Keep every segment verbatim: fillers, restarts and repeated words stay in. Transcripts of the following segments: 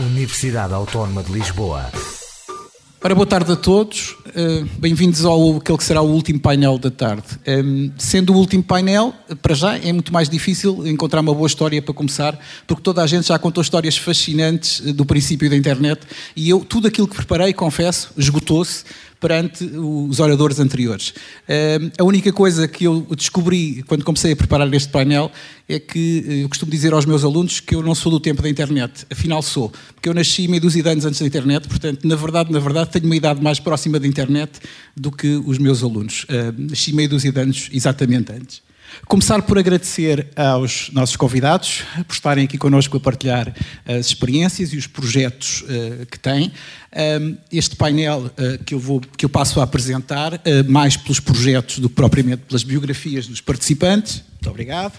Universidade Autónoma de Lisboa. Ora, boa tarde a todos. Uh, bem-vindos ao aquele que será o último painel da tarde. Um, sendo o último painel, para já é muito mais difícil encontrar uma boa história para começar, porque toda a gente já contou histórias fascinantes do princípio da internet e eu, tudo aquilo que preparei, confesso, esgotou-se perante os oradores anteriores. Uh, a única coisa que eu descobri quando comecei a preparar este painel é que eu costumo dizer aos meus alunos que eu não sou do tempo da internet. Afinal sou, porque eu nasci meia dúzia de anos antes da internet, portanto, na verdade, na verdade, tenho uma idade mais próxima da internet do que os meus alunos. Uh, nasci meia dúzia de anos exatamente antes. Começar por agradecer aos nossos convidados por estarem aqui connosco a partilhar as experiências e os projetos uh, que têm. Um, este painel uh, que, eu vou, que eu passo a apresentar, uh, mais pelos projetos do que propriamente pelas biografias dos participantes. Muito obrigado.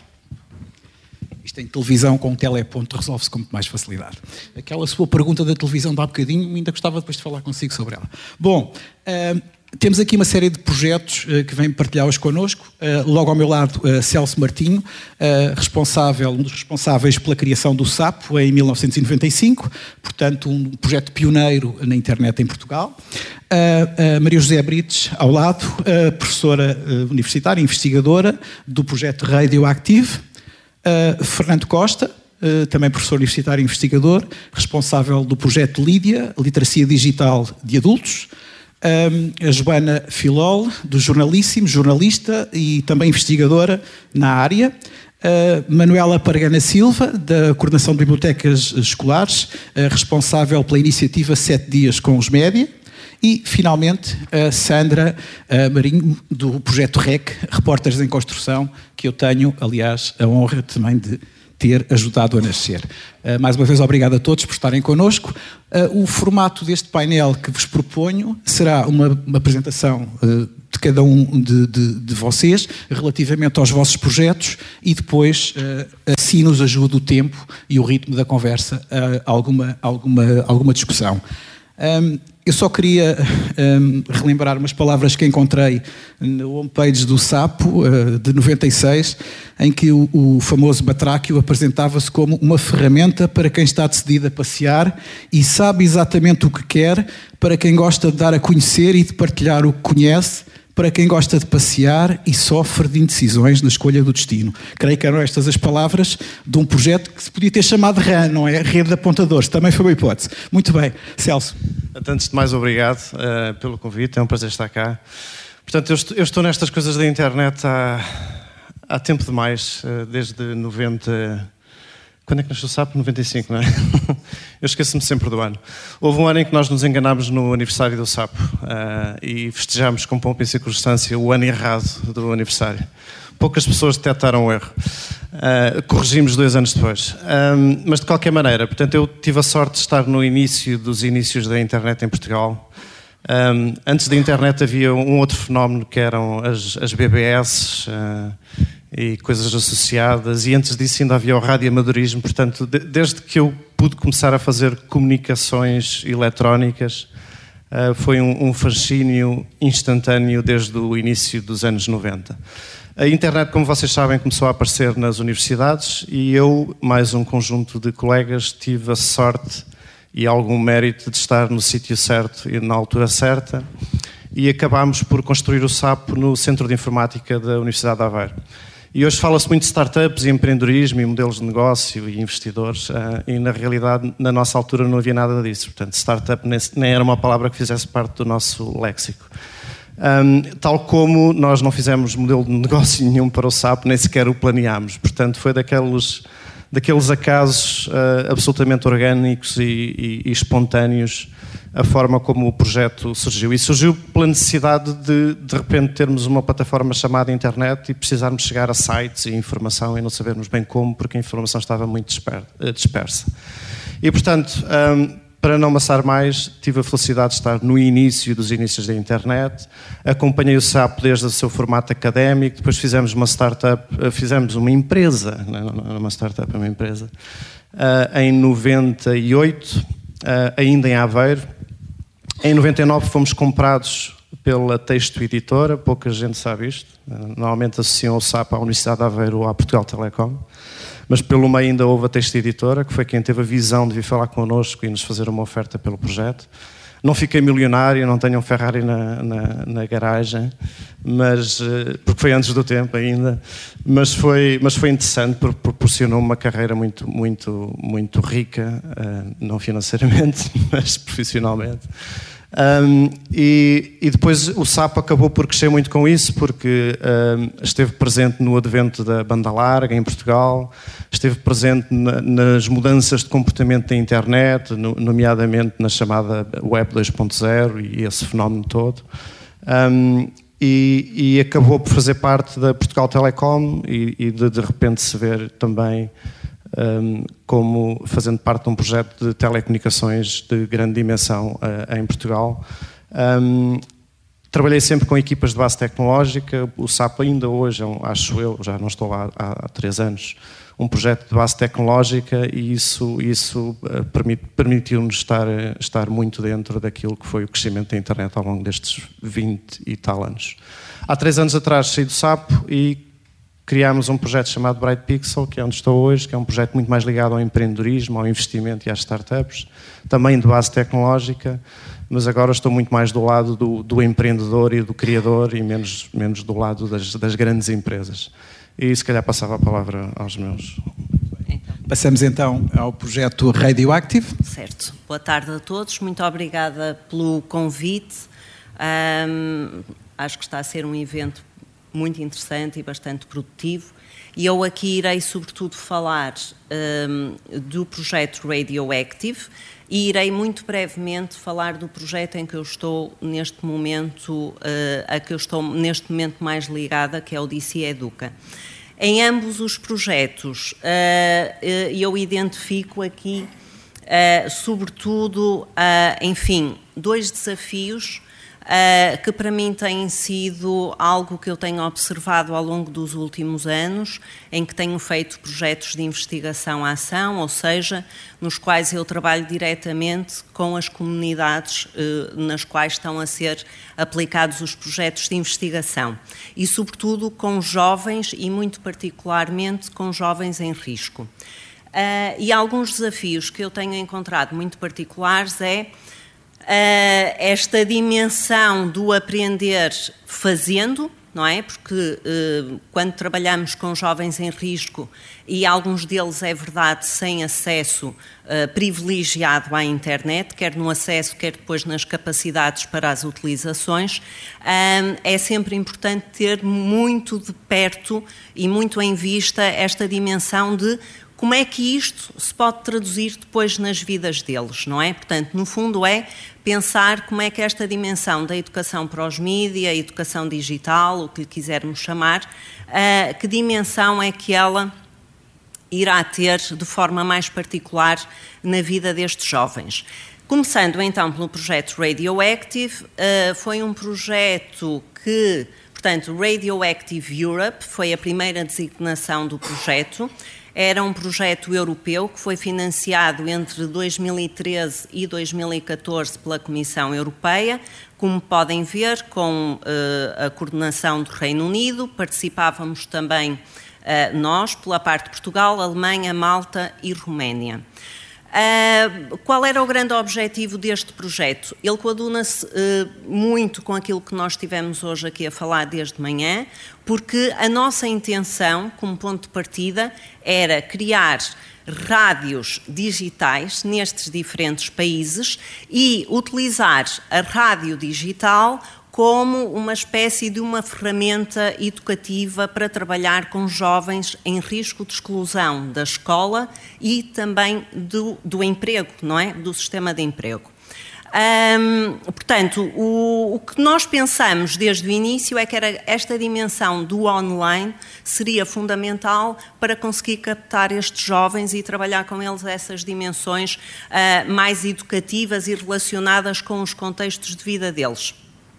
Isto em televisão com um teleponto resolve-se com muito mais facilidade. Aquela sua pergunta da televisão de há bocadinho, ainda gostava depois de falar consigo sobre ela. Bom... Uh, Temos aqui uma série de projetos uh, que vêm partilhá-los connosco. Uh, logo ao meu lado, uh, Celso Martinho, uh, responsável, um dos responsáveis pela criação do SAPO em mil novecentos e noventa e cinco, portanto um projeto pioneiro na internet em Portugal. Uh, uh, Maria José Brites, ao lado, uh, professora uh, universitária, investigadora do projeto Radioactive. Uh, Fernando Costa, uh, também professor universitário e investigador, responsável do projeto Lídia, Literacia Digital de Adultos. Um, a Joana Filol, do Jornalíssimo, jornalista e também investigadora na área. Uh, Manuela Pargana Silva, da Coordenação de Bibliotecas Escolares, uh, responsável pela iniciativa Sete Dias com os Média. E, finalmente, a Sandra uh, Marinho, do projeto R E C, Repórteres em Construção, que eu tenho, aliás, a honra também de ter ajudado a nascer. Uh, mais uma vez, obrigado a todos por estarem connosco. Uh, o formato deste painel que vos proponho será uma, uma apresentação uh, de cada um de, de, de vocês relativamente aos vossos projetos e depois, uh, assim nos ajuda o tempo e o ritmo da conversa a alguma, alguma, alguma discussão. Um, eu só queria um, relembrar umas palavras que encontrei no homepage do SAPO, uh, de noventa e seis, em que o, o famoso Batráquio apresentava-se como uma ferramenta para quem está decidido a passear e sabe exatamente o que quer, para quem gosta de dar a conhecer e de partilhar o que conhece, para quem gosta de passear e sofre de indecisões na escolha do destino. Creio que eram estas as palavras de um projeto que se podia ter chamado R A N, não é? Rede de Apontadores, também foi uma hipótese. Muito bem, Celso. Antes de mais, obrigado uh, pelo convite, é um prazer estar cá. Portanto, eu estou, eu estou nestas coisas da internet há, há tempo demais, uh, desde noventa... Quando é que nasceu o SAPO? noventa e cinco, não é? Eu esqueço-me sempre do ano. Houve um ano em que nós nos enganámos no aniversário do SAPO uh, e festejámos com pompa e circunstância o ano errado do aniversário. Poucas pessoas detectaram o erro. Uh, corrigimos dois anos depois. Um, mas de qualquer maneira, portanto, eu tive a sorte de estar no início dos inícios da internet em Portugal. Um, antes da internet havia um outro fenómeno que eram as, as B B S uh, e coisas associadas, e antes disso ainda havia o radioamadorismo. Portanto, de, desde que eu pude começar a fazer comunicações eletrónicas, uh, foi um, um fascínio instantâneo desde o início dos anos noventa. A internet, como vocês sabem, começou a aparecer nas universidades e eu, mais um conjunto de colegas, tive a sorte e algum mérito de estar no sítio certo e na altura certa, e acabámos por construir o SAPO no Centro de Informática da Universidade de Aveiro. E hoje fala-se muito de startups e empreendedorismo e modelos de negócio e investidores, e na realidade, na nossa altura, não havia nada disso. Portanto, startup nem era uma palavra que fizesse parte do nosso léxico. Um, tal como nós não fizemos modelo de negócio nenhum para o SAPO, nem sequer o planeámos. Portanto, foi daqueles... daqueles acasos uh, absolutamente orgânicos e, e, e espontâneos, a forma como o projeto surgiu. E surgiu pela necessidade de, de repente, termos uma plataforma chamada internet e precisarmos chegar a sites e informação e não sabermos bem como, porque a informação estava muito disper, dispersa. E, portanto, um, para não amassar mais, tive a felicidade de estar no início dos inícios da internet, acompanhei o SAPO desde o seu formato académico, depois fizemos uma startup, fizemos uma empresa, não é uma startup, é uma empresa, em noventa e oito, ainda em Aveiro. Em noventa e nove fomos comprados pela Texto Editora, pouca gente sabe isto, normalmente associam o SAPO à Universidade de Aveiro ou à Portugal Telecom. mas pelo meio ainda houve a Texto Editora, que foi quem teve a visão de vir falar connosco e nos fazer uma oferta pelo projeto. Não fiquei milionário, não tenho um Ferrari na, na, na garagem, mas, porque foi antes do tempo ainda, mas foi, mas foi interessante, porque proporcionou uma carreira muito, muito, muito rica, não financeiramente, mas profissionalmente. Um, e, e depois o Sapo acabou por crescer muito com isso, porque um, esteve presente no advento da banda larga em Portugal, esteve presente na, nas mudanças de comportamento da internet, no, nomeadamente na chamada Web dois ponto zero e esse fenómeno todo, um, e, e acabou por fazer parte da Portugal Telecom e, e de, de repente se ver também Um, como fazendo parte de um projeto de telecomunicações de grande dimensão uh, em Portugal. Um, trabalhei sempre com equipas de base tecnológica, o Sapo ainda hoje, é um, acho eu, já não estou lá há, há três anos, um projeto de base tecnológica, e isso, isso uh, permit, permitiu-nos estar, estar muito dentro daquilo que foi o crescimento da internet ao longo destes vinte e tal anos. Há três anos atrás saí do Sapo e criámos um projeto chamado Bright Pixel, que é onde estou hoje, que é um projeto muito mais ligado ao empreendedorismo, ao investimento e às startups, também de base tecnológica, mas agora estou muito mais do lado do, do empreendedor e do criador e menos, menos do lado das, das grandes empresas. E se calhar passava a palavra aos meus. Então. Passamos então ao projeto Radioactive. Certo. Boa tarde a todos, muito obrigada pelo convite. Um, acho que está a ser um evento muito interessante e bastante produtivo, e eu aqui irei sobretudo falar um, do projeto Radioactive e irei muito brevemente falar do projeto em que eu estou neste momento, uh, a que eu estou neste momento mais ligada, que é o D C Educa. Em ambos os projetos uh, eu identifico aqui uh, sobretudo, uh, enfim, dois desafios Uh, que para mim têm sido algo que eu tenho observado ao longo dos últimos anos, em que tenho feito projetos de investigação-ação, ou seja, nos quais eu trabalho diretamente com as comunidades uh, nas quais estão a ser aplicados os projetos de investigação e, sobretudo, com jovens e, muito particularmente, com jovens em risco. Uh, e alguns desafios que eu tenho encontrado muito particulares é Uh, esta dimensão do aprender fazendo, não é? Porque uh, quando trabalhamos com jovens em risco, e alguns deles, é verdade, sem acesso uh, privilegiado à internet, quer no acesso, quer depois nas capacidades para as utilizações, uh, é sempre importante ter muito de perto e muito em vista esta dimensão de como é que isto se pode traduzir depois nas vidas deles, não é? Portanto, no fundo é pensar como é que esta dimensão da educação para os mídia, a educação digital, o que lhe quisermos chamar, uh, que dimensão é que ela irá ter de forma mais particular na vida destes jovens. Começando então pelo projeto Radioactive, uh, foi um projeto que, portanto, Radioactive Europe foi a primeira designação do projeto. Era um projeto europeu que foi financiado entre dois mil e treze e dois mil e catorze pela Comissão Europeia. Como podem ver, com uh, a coordenação do Reino Unido, participávamos também uh, nós, pela parte de Portugal, Alemanha, Malta e Roménia. Uh, qual era o grande objetivo deste projeto? Ele coaduna-se uh, muito com aquilo que nós tivemos hoje aqui a falar desde manhã, porque a nossa intenção, como ponto de partida, era criar rádios digitais nestes diferentes países e utilizar a rádio digital como uma espécie de uma ferramenta educativa para trabalhar com jovens em risco de exclusão da escola e também do, do emprego, não é? Do sistema de emprego. Hum, portanto, o, o que nós pensamos desde o início é que era esta dimensão do online seria fundamental para conseguir captar estes jovens e trabalhar com eles essas dimensões uh, mais educativas e relacionadas com os contextos de vida deles.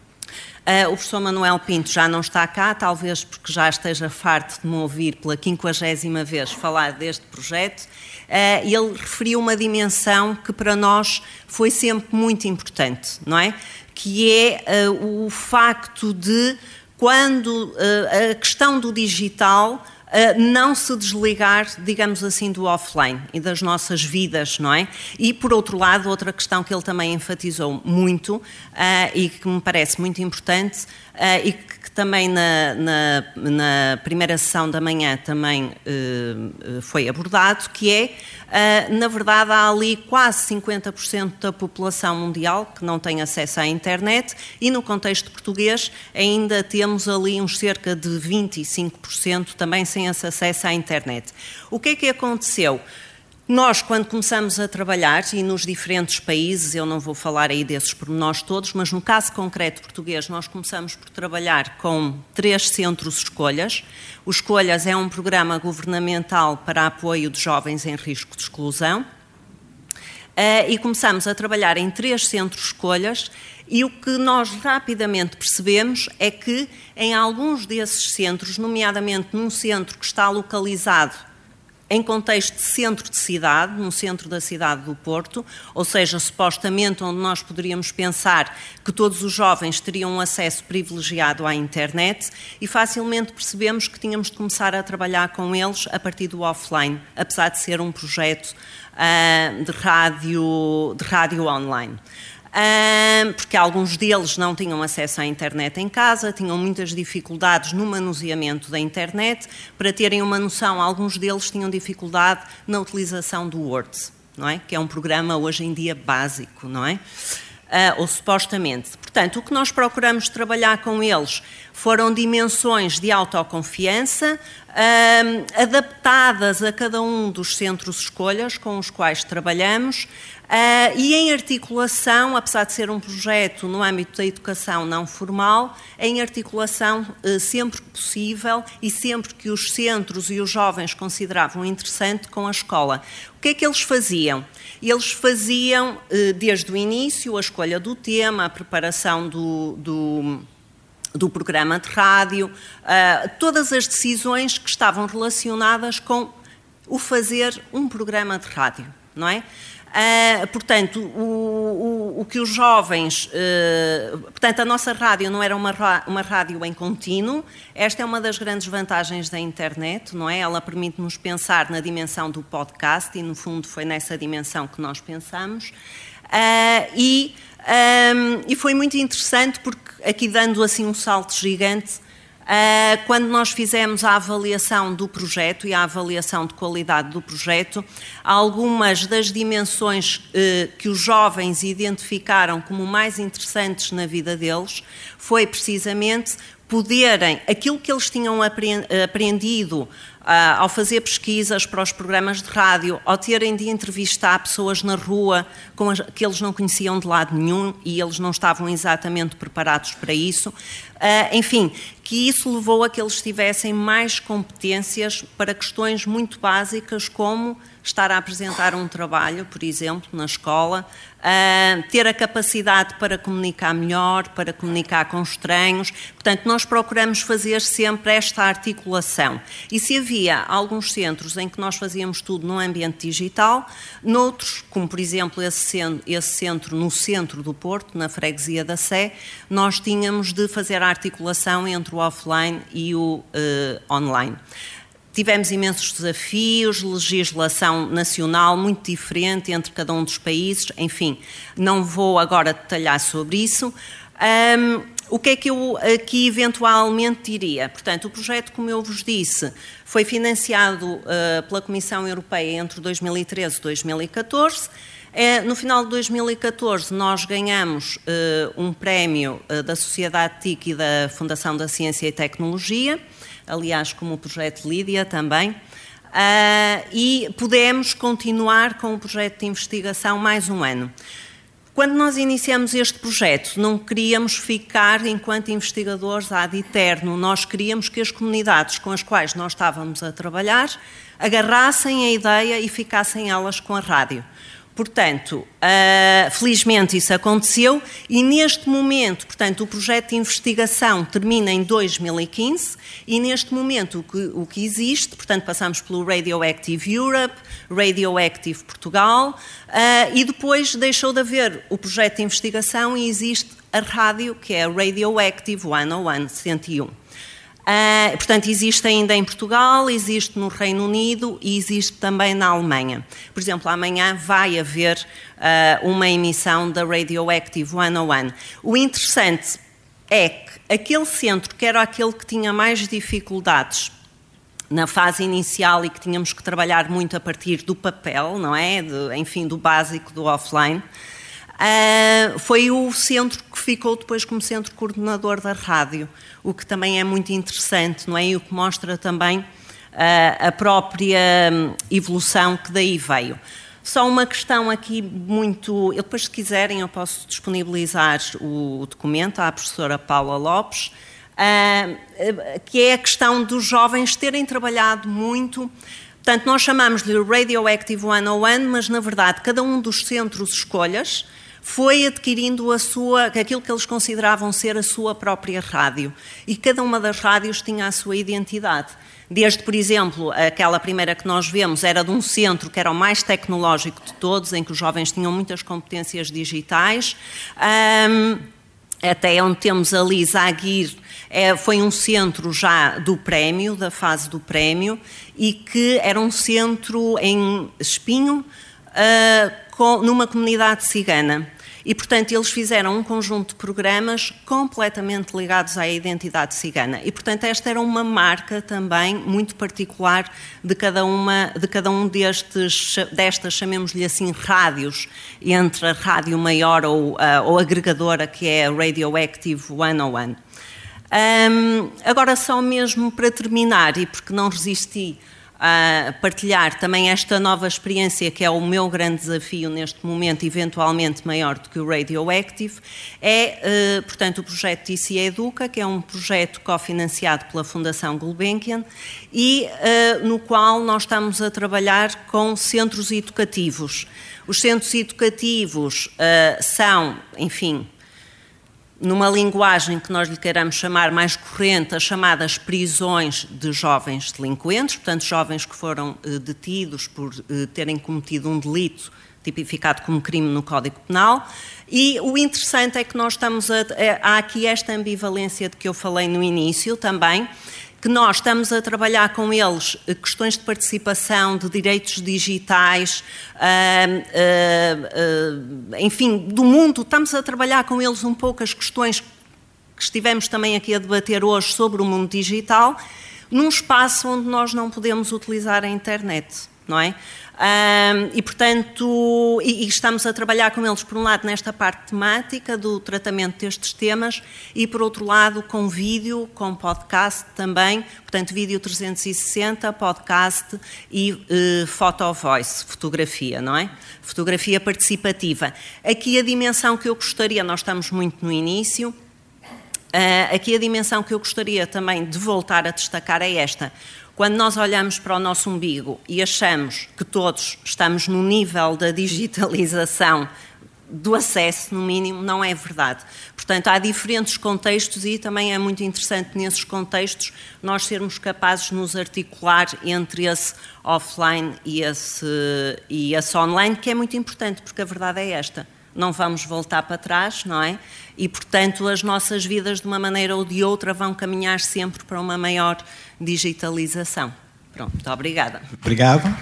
Uh, o professor Manuel Pinto já não está cá, talvez porque já esteja farto de me ouvir pela quinquagésima vez falar deste projeto. Uh, ele referiu uma dimensão que para nós foi sempre muito importante, não é? Que é uh, o facto de, quando uh, a questão do digital não se desligar, digamos assim, do offline e das nossas vidas, não é? E, por outro lado, outra questão que ele também enfatizou muito e que me parece muito importante e que também na, na, na primeira sessão da manhã também uh, foi abordado, que é, uh, na verdade, há ali quase cinquenta por cento da população mundial que não tem acesso à internet e, no contexto português, ainda temos ali uns cerca de vinte e cinco por cento também sem acesso à internet. O que é que aconteceu? Nós, quando começamos a trabalhar, e nos diferentes países, eu não vou falar aí desses pormenores todos, mas no caso concreto português, nós começamos por trabalhar com três centros escolhas. O Escolhas é um programa governamental para apoio de jovens em risco de exclusão. E começamos a trabalhar em três centros escolhas e o que nós rapidamente percebemos é que em alguns desses centros, nomeadamente num centro que está localizado em contexto de centro de cidade, no centro da cidade do Porto, ou seja, supostamente onde nós poderíamos pensar que todos os jovens teriam um acesso privilegiado à internet e facilmente percebemos que tínhamos de começar a trabalhar com eles a partir do offline, apesar de ser um projeto uh, de, rádio, de rádio online. Um, porque alguns deles não tinham acesso à internet em casa, tinham muitas dificuldades no manuseamento da internet. Para terem uma noção, alguns deles tinham dificuldade na utilização do Word, não é? Que é um programa hoje em dia básico, não é? Uh, ou supostamente. Portanto, o que nós procuramos trabalhar com eles foram dimensões de autoconfiança uh, adaptadas a cada um dos centros escolhas com os quais trabalhamos uh, e em articulação, apesar de ser um projeto no âmbito da educação não formal, em articulação uh, sempre que possível e sempre que os centros e os jovens consideravam interessante com a escola. O que é que eles faziam? Eles faziam, uh, desde o início, a escolha do tema, a preparação do... do do programa de rádio, uh, todas as decisões que estavam relacionadas com o fazer um programa de rádio, não é? Uh, portanto, o, o, o que os jovens... Uh, portanto, a nossa rádio não era uma, uma rádio em contínuo. Esta é uma das grandes vantagens da internet, não é? Ela permite-nos pensar na dimensão do podcast e, no fundo, foi nessa dimensão que nós pensamos. Uh, e, um, e foi muito interessante porque, aqui dando assim um salto gigante, Uh, quando nós fizemos a avaliação do projeto e a avaliação de qualidade do projeto, algumas das dimensões uh, que os jovens identificaram como mais interessantes na vida deles foi precisamente poderem, aquilo que eles tinham aprendido Uh, ao fazer pesquisas para os programas de rádio, ao terem de entrevistar pessoas na rua com as, que eles não conheciam de lado nenhum e eles não estavam exatamente preparados para isso, uh, enfim, que isso levou a que eles tivessem mais competências para questões muito básicas como estar a apresentar um trabalho, por exemplo, na escola, uh, ter a capacidade para comunicar melhor, para comunicar com estranhos. Portanto, nós procuramos fazer sempre esta articulação. E se havia alguns centros em que nós fazíamos tudo no ambiente digital, noutros, como por exemplo esse, esse centro no centro do Porto, na freguesia da Sé, nós tínhamos de fazer a articulação entre o offline e o uh, online. Tivemos imensos desafios, legislação nacional muito diferente entre cada um dos países, enfim, não vou agora detalhar sobre isso. Um, o que é que eu aqui eventualmente diria? Portanto, o projeto, como eu vos disse, foi financiado uh, pela Comissão Europeia entre dois mil e treze e dois mil e catorze. Uh, no final de dois mil e catorze, nós ganhamos uh, um prémio uh, da Sociedade T I C e da Fundação da Ciência e Tecnologia, aliás, como o projeto Lídia também, uh, e pudemos continuar com o projeto de investigação mais um ano. Quando nós iniciamos este projeto, não queríamos ficar enquanto investigadores ad eterno, nós queríamos que as comunidades com as quais nós estávamos a trabalhar agarrassem a ideia e ficassem elas com a rádio. Portanto, uh, felizmente isso aconteceu e neste momento, portanto, o projeto de investigação termina em dois mil e quinze e neste momento o que, o que existe, portanto, passamos pelo Radioactive Europe, Radioactive Portugal uh, e depois deixou de haver o projeto de investigação e existe a rádio, que é a Radioactive cento e um. Uh, portanto, existe ainda em Portugal, existe no Reino Unido e existe também na Alemanha. Por exemplo, amanhã vai haver uh, uma emissão da Radioactive cento e um. O interessante é que aquele centro, que era aquele que tinha mais dificuldades na fase inicial e que tínhamos que trabalhar muito a partir do papel, não é? De, enfim, do básico, do offline, Uh, foi o centro que ficou depois como centro coordenador da rádio, o que também é muito interessante, não é? E o que mostra também uh, a própria evolução que daí veio. Só uma questão aqui muito... Eu depois, se quiserem, eu posso disponibilizar o documento à professora Paula Lopes, uh, que é a questão dos jovens terem trabalhado muito. Portanto, nós chamamos-lhe Radioactive cento e um, mas, na verdade, cada um dos centros escolhas foi adquirindo a sua, aquilo que eles consideravam ser a sua própria rádio. E cada uma das rádios tinha a sua identidade. Desde, por exemplo, aquela primeira que nós vemos era de um centro que era o mais tecnológico de todos, em que os jovens tinham muitas competências digitais, um, até onde temos a Lisa Aguirre, é, foi um centro já do prémio, da fase do prémio, e que era um centro em Espinho, uh, com, numa comunidade cigana. E, portanto, eles fizeram um conjunto de programas completamente ligados à identidade cigana. E, portanto, esta era uma marca também muito particular de cada, uma, de cada um destes, destas, chamemos-lhe assim, rádios, entre a rádio maior ou, uh, ou agregadora, que é a Radioactive cento e um. Um, agora, só mesmo para terminar, e porque não resisti a partilhar também esta nova experiência, que é o meu grande desafio neste momento, eventualmente maior do que o Radioactive, é, uh, portanto, o projeto T C Educa, que é um projeto cofinanciado pela Fundação Gulbenkian e uh, no qual nós estamos a trabalhar com centros educativos. Os centros educativos uh, são, enfim, numa linguagem que nós lhe queiramos chamar mais corrente, as chamadas prisões de jovens delinquentes, portanto, jovens que foram eh, detidos por eh, terem cometido um delito tipificado como crime no Código Penal. E o interessante é que nós estamos a... É, há aqui esta ambivalência de que eu falei no início também, que nós estamos a trabalhar com eles questões de participação, de direitos digitais, uh, uh, uh, enfim, do mundo. Estamos a trabalhar com eles um pouco as questões que estivemos também aqui a debater hoje sobre o mundo digital, num espaço onde nós não podemos utilizar a internet, não é? Um, e, portanto, e, e estamos a trabalhar com eles, por um lado, nesta parte temática do tratamento destes temas e, por outro lado, com vídeo, com podcast também, portanto, vídeo trezentos e sessenta, podcast e uh, photo voice, fotografia, não é? Fotografia participativa. Aqui a dimensão que eu gostaria, nós estamos muito no início, uh, aqui a dimensão que eu gostaria também de voltar a destacar é esta. Quando nós olhamos para o nosso umbigo e achamos que todos estamos no nível da digitalização, do acesso, no mínimo, não é verdade. Portanto, há diferentes contextos e também é muito interessante nesses contextos nós sermos capazes de nos articular entre esse offline e esse, e esse online, que é muito importante, porque a verdade é esta. Não vamos voltar para trás, não é? E, portanto, as nossas vidas, de uma maneira ou de outra, vão caminhar sempre para uma maior digitalização. Pronto, muito obrigada. Obrigado.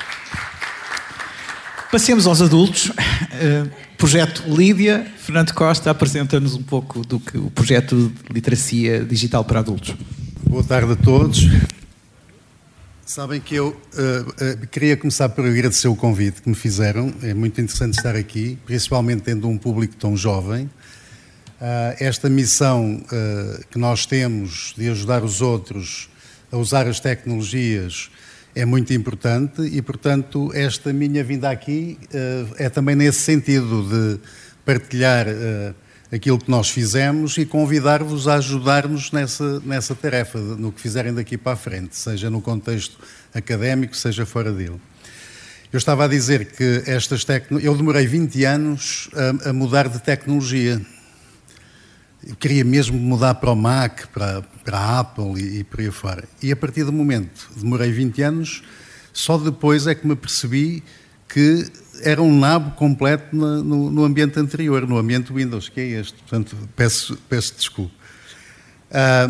Passemos aos adultos. Uh, projeto Lídia. Fernando Costa apresenta-nos um pouco do que o projeto de literacia digital para adultos. Boa tarde a todos. Sabem que eu uh, uh, queria começar por agradecer o convite que me fizeram. É muito interessante estar aqui, principalmente tendo um público tão jovem. Uh, esta missão uh, que nós temos de ajudar os outros a usar as tecnologias é muito importante e, portanto, esta minha vinda aqui uh, é também nesse sentido de partilhar uh, aquilo que nós fizemos e convidar-vos a ajudar-nos nessa, nessa tarefa, no que fizerem daqui para a frente, seja no contexto académico, seja fora dele. Eu estava a dizer que estas tecno... eu demorei vinte anos a, a mudar de tecnologia. Eu queria mesmo mudar para o Mac, para, para a Apple e, e por aí fora. E a partir do momento, demorei vinte anos, só depois é que me percebi que era um nabo completo no, no, no ambiente anterior, no ambiente Windows, que é este. Portanto, peço, peço desculpa. Uh,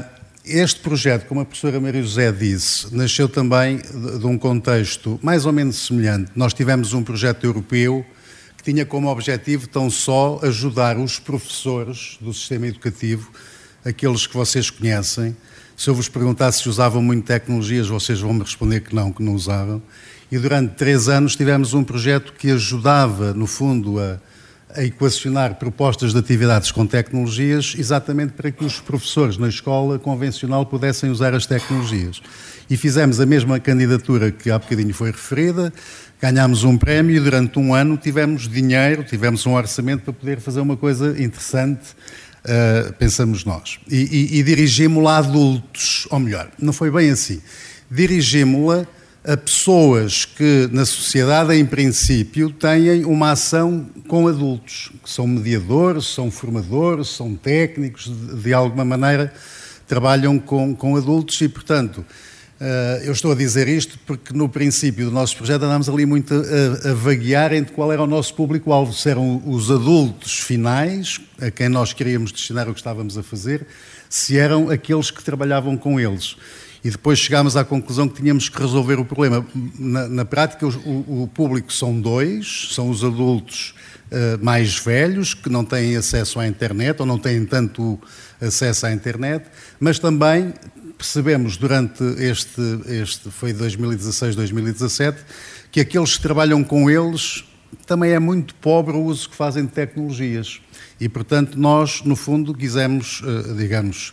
este projeto, como a professora Maria José disse, nasceu também de, de um contexto mais ou menos semelhante. Nós tivemos um projeto europeu que tinha como objetivo tão só ajudar os professores do sistema educativo, aqueles que vocês conhecem. Se eu vos perguntar se usavam muito tecnologias, vocês vão me responder que não, que não usavam. E durante três anos tivemos um projeto que ajudava, no fundo, a, a equacionar propostas de atividades com tecnologias, exatamente para que os professores na escola convencional pudessem usar as tecnologias. E fizemos a mesma candidatura que há bocadinho foi referida, ganhámos um prémio e durante um ano tivemos dinheiro, tivemos um orçamento para poder fazer uma coisa interessante, uh, pensamos nós. E, e, e dirigimos-la a adultos, ou melhor, não foi bem assim. Dirigimos-la a pessoas que, na sociedade, em princípio, têm uma ação com adultos, que são mediadores, são formadores, são técnicos, de, de alguma maneira trabalham com, com adultos e, portanto, uh, eu estou a dizer isto porque, no princípio do nosso projeto, andámos ali muito a, a vaguear entre qual era o nosso público-alvo, se eram os adultos finais, a quem nós queríamos destinar o que estávamos a fazer, se eram aqueles que trabalhavam com eles. E depois chegámos à conclusão que tínhamos que resolver o problema. Na, na prática, o, o público são dois, são os adultos uh, mais velhos, que não têm acesso à internet, ou não têm tanto acesso à internet, mas também percebemos durante este, este foi dois mil e dezasseis, dois mil e dezassete, que aqueles que trabalham com eles também é muito pobre o uso que fazem de tecnologias. E, portanto, nós, no fundo, quisemos, uh, digamos...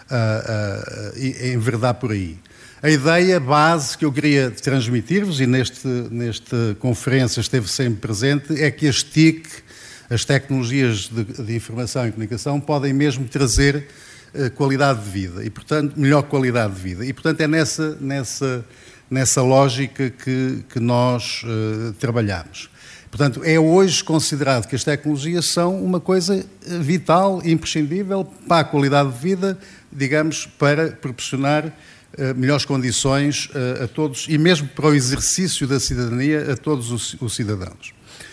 Uh, uh, enverdar por aí. A ideia base que eu queria transmitir-vos, e neste, nesta conferência esteve sempre presente, é que as T I C, as tecnologias de, de informação e comunicação, podem mesmo trazer uh, qualidade de vida, e portanto, melhor qualidade de vida. E portanto é nessa, nessa, nessa lógica que, que nós uh, trabalhamos. Portanto, é hoje considerado que as tecnologias são uma coisa vital e imprescindível para a qualidade de vida, digamos, para proporcionar uh, melhores condições uh, a todos e mesmo para o exercício da cidadania a todos os, os cidadãos.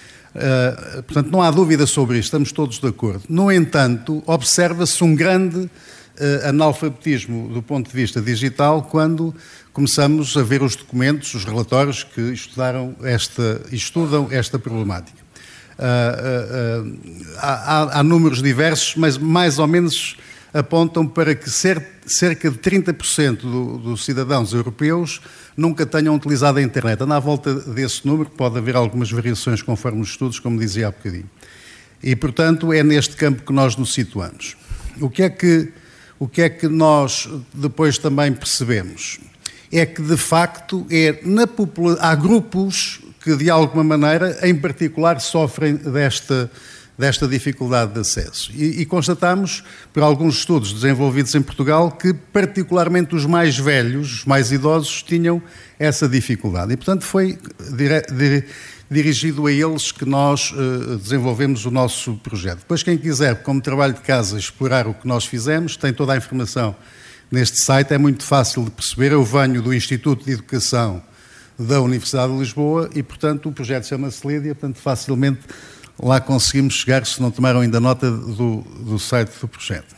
Uh, portanto, não há dúvida sobre isto, estamos todos de acordo. No entanto, observa-se um grande uh, analfabetismo do ponto de vista digital quando começamos a ver os documentos, os relatórios que estudaram esta, estudam esta problemática. Uh, uh, uh, há, há números diversos, mas mais ou menos apontam para que cerca de trinta por cento do, dos cidadãos europeus nunca tenham utilizado a internet. Anda à volta desse número, pode haver algumas variações conforme os estudos, como dizia há bocadinho. E, portanto, é neste campo que nós nos situamos. O que é que, o que, é que nós depois também percebemos? É que, de facto, é na popula- há grupos que, de alguma maneira, em particular, sofrem desta, desta dificuldade de acesso. E, e constatamos, por alguns estudos desenvolvidos em Portugal, que, particularmente, os mais velhos, os mais idosos, tinham essa dificuldade. E, portanto, foi dire- dire- dirigido a eles que nós uh, desenvolvemos o nosso projeto. Depois, quem quiser, como trabalho de casa, explorar o que nós fizemos, tem toda a informação neste site, é muito fácil de perceber. Eu venho do Instituto de Educação da Universidade de Lisboa e, portanto, o projeto chama-se Lídia, portanto, facilmente lá conseguimos chegar, se não tomaram ainda nota do, do site do projeto.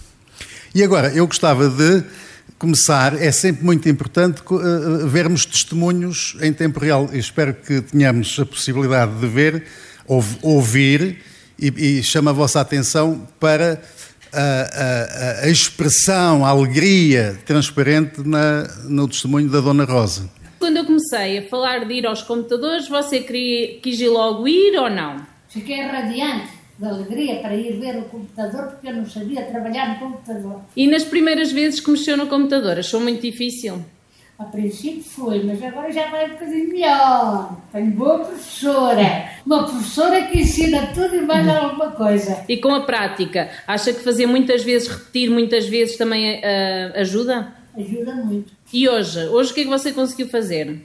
E agora, eu gostava de começar, é sempre muito importante uh, vermos testemunhos em tempo real. Eu espero que tenhamos a possibilidade de ver, ou, ouvir, e, e chamo a vossa atenção para A, a, a expressão, a alegria transparente na, no testemunho da Dona Rosa. Quando eu comecei a falar de ir aos computadores, você queria, quis ir logo ir ou não? Fiquei radiante de alegria para ir ver o computador porque eu não sabia trabalhar no computador. E nas primeiras vezes que mexeu no computador, achou muito difícil? A princípio foi, mas agora já vai um bocadinho melhor. Tenho boa professora. Uma professora que ensina tudo e mais alguma coisa. E com a prática, acha que fazer muitas vezes, repetir muitas vezes também uh, ajuda? Ajuda muito. E hoje? Hoje o que é que você conseguiu fazer?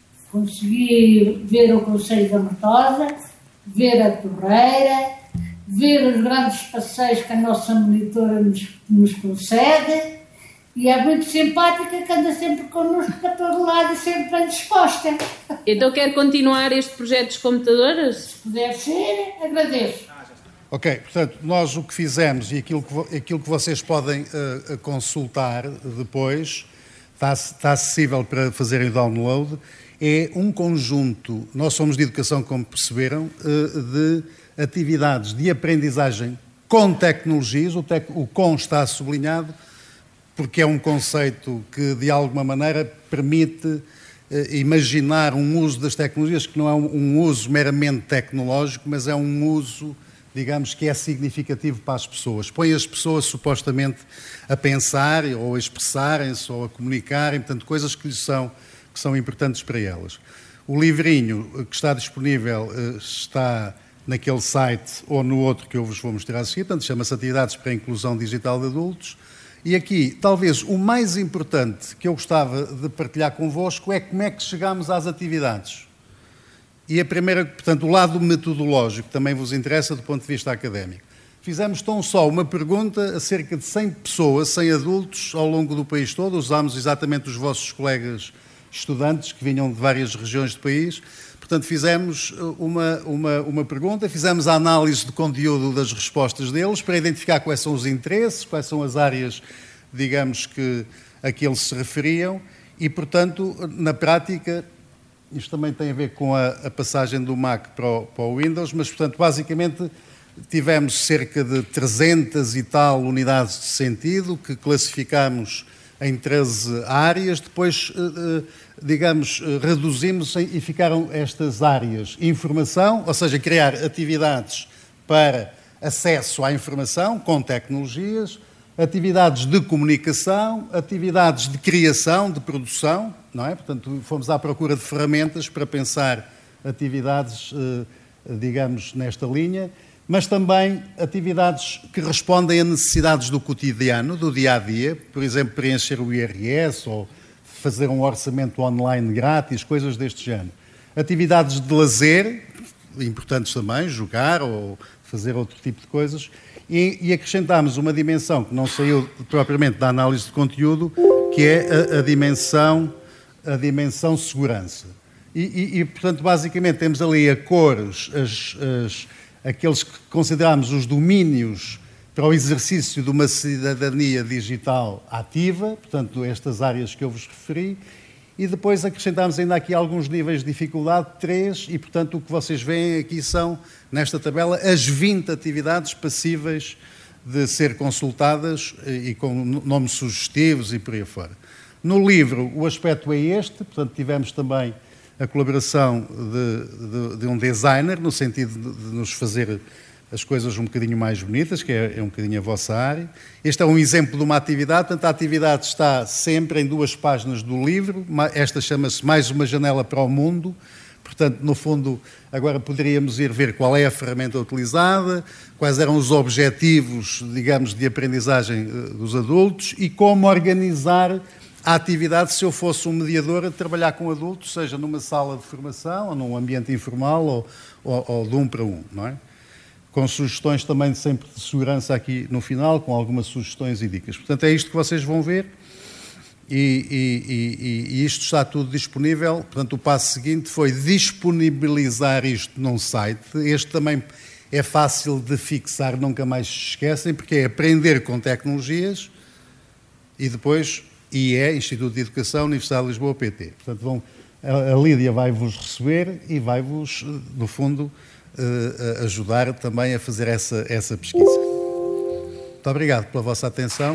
Consegui ver o Conselho da Mortosa, ver a Torreira, ver os grandes passeios que a nossa monitora nos, nos concede. E é muito simpática, que anda sempre connosco para todo lado e sempre bem disposta. Então quer continuar este projeto dos computadores? Se puder ser, agradeço. Ok, portanto, nós o que fizemos e aquilo que, aquilo que vocês podem uh, consultar depois, está, está acessível para fazerem o download, é um conjunto, nós somos de educação, como perceberam, uh, de atividades de aprendizagem com tecnologias, o, tec, o com está sublinhado, porque é um conceito que, de alguma maneira, permite uh, imaginar um uso das tecnologias que não é um, um uso meramente tecnológico, mas é um uso, digamos, que é significativo para as pessoas. Põe as pessoas, supostamente, a pensar ou a expressarem-se ou a comunicarem, portanto, coisas que lhes são, que são importantes para elas. O livrinho que está disponível uh, está naquele site ou no outro que eu vos vou mostrar a seguir, portanto, chama-se Atividades para a Inclusão Digital de Adultos. E aqui, talvez, o mais importante que eu gostava de partilhar convosco é como é que chegamos às atividades. E a primeira, portanto, o lado metodológico também vos interessa do ponto de vista académico. Fizemos tão só uma pergunta a cerca de cem pessoas, cem adultos, ao longo do país todo. Usámos exatamente os vossos colegas estudantes que vinham de várias regiões do país. Portanto, fizemos uma, uma, uma pergunta, fizemos a análise do conteúdo das respostas deles para identificar quais são os interesses, quais são as áreas, digamos, que a que eles se referiam e, portanto, na prática, isto também tem a ver com a, a passagem do Mac para o, para o Windows, mas, portanto, basicamente tivemos cerca de trezentas e tal unidades de sentido que classificámos em treze áreas, depois, digamos, reduzimos e ficaram estas áreas. Informação, ou seja, criar atividades para acesso à informação com tecnologias, atividades de comunicação, atividades de criação, de produção, não é? Portanto, fomos à procura de ferramentas para pensar atividades, digamos, nesta linha, mas também atividades que respondem a necessidades do cotidiano, do dia-a-dia, por exemplo, preencher o I R S ou fazer um orçamento online grátis, coisas deste género. Atividades de lazer, importantes também, jogar ou fazer outro tipo de coisas, e, e acrescentámos uma dimensão que não saiu propriamente da análise de conteúdo, que é a, a dimensão, a dimensão segurança. E, e, e, portanto, basicamente temos ali a cores, as... as aqueles que consideramos os domínios para o exercício de uma cidadania digital ativa, portanto, estas áreas que eu vos referi, e depois acrescentámos ainda aqui alguns níveis de dificuldade, três, e, portanto, o que vocês veem aqui são, nesta tabela, as vinte atividades passíveis de ser consultadas e com nomes sugestivos e por aí fora. No livro, o aspecto é este, portanto, tivemos também a colaboração de, de, de um designer, no sentido de, de nos fazer as coisas um bocadinho mais bonitas, que é, é um bocadinho a vossa área. Este é um exemplo de uma atividade, portanto, a atividade está sempre em duas páginas do livro, esta chama-se Mais uma Janela para o Mundo, portanto, no fundo, agora poderíamos ir ver qual é a ferramenta utilizada, quais eram os objetivos, digamos, de aprendizagem dos adultos e como organizar a atividade se eu fosse um mediador a trabalhar com adultos, seja numa sala de formação ou num ambiente informal ou, ou, ou de um para um, não é? Com sugestões também sempre de segurança aqui no final, com algumas sugestões e dicas. Portanto, é isto que vocês vão ver e, e, e, e isto está tudo disponível. Portanto, o passo seguinte foi disponibilizar isto num site. Este também é fácil de fixar, nunca mais se esquecem, porque é aprender com tecnologias e depois... I E, Instituto de Educação, Universidade de Lisboa, P T. Portanto, vão, a, a Lídia vai-vos receber e vai-vos, no fundo, uh, ajudar também a fazer essa, essa pesquisa. Muito obrigado pela vossa atenção.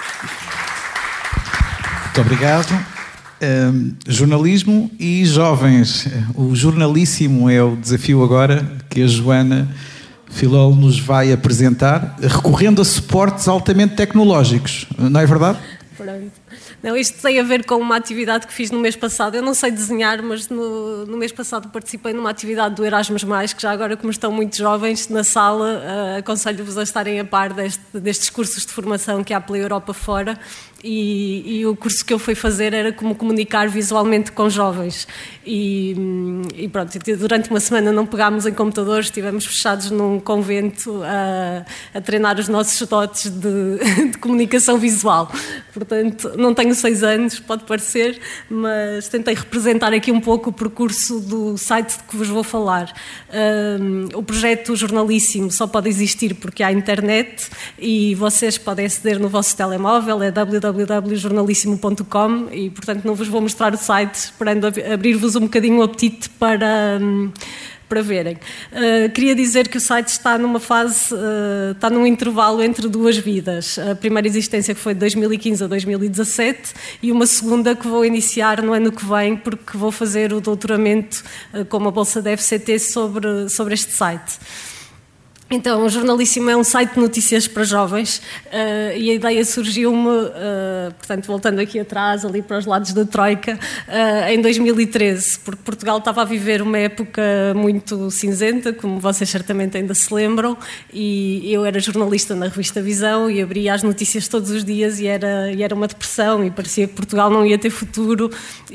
Muito obrigado. Um, jornalismo e jovens. O jornalíssimo é o desafio agora que a Joana Filol nos vai apresentar, recorrendo a suportes altamente tecnológicos. Não é verdade? Pronto. Não, isto tem a ver com uma atividade que fiz no mês passado. Eu não sei desenhar, mas no, no mês passado participei numa atividade do Erasmus mais, que já agora, como estão muito jovens na sala, uh, aconselho-vos a estarem a par deste, destes cursos de formação que há pela Europa fora. e, e o curso que eu fui fazer era como comunicar visualmente com jovens. E, e pronto, durante uma semana não pegámos em computadores, estivemos fechados num convento a, a treinar os nossos dotes de, de comunicação visual. Portanto, não tenho seis anos, pode parecer, mas tentei representar aqui um pouco o percurso do site de que vos vou falar. Um, o projeto Jornalíssimo só pode existir porque há internet e vocês podem aceder no vosso telemóvel, é w w w ponto jornalissimo ponto com, e portanto não vos vou mostrar o site, esperando abrir-vos um bocadinho o apetite para, para verem. Uh, queria dizer que o site está numa fase, uh, está num intervalo entre duas vidas. A primeira existência que foi de dois mil e quinze a dois mil e dezassete e uma segunda que vou iniciar no ano que vem, porque vou fazer o doutoramento uh, com uma bolsa da F C T sobre, sobre este site. Então, o Jornalíssimo é um site de notícias para jovens uh, e a ideia surgiu-me, uh, portanto, voltando aqui atrás, ali para os lados da Troika, uh, em dois mil e treze, porque Portugal estava a viver uma época muito cinzenta, como vocês certamente ainda se lembram, e eu era jornalista na revista Visão e abria as notícias todos os dias e era, e era uma depressão e parecia que Portugal não ia ter futuro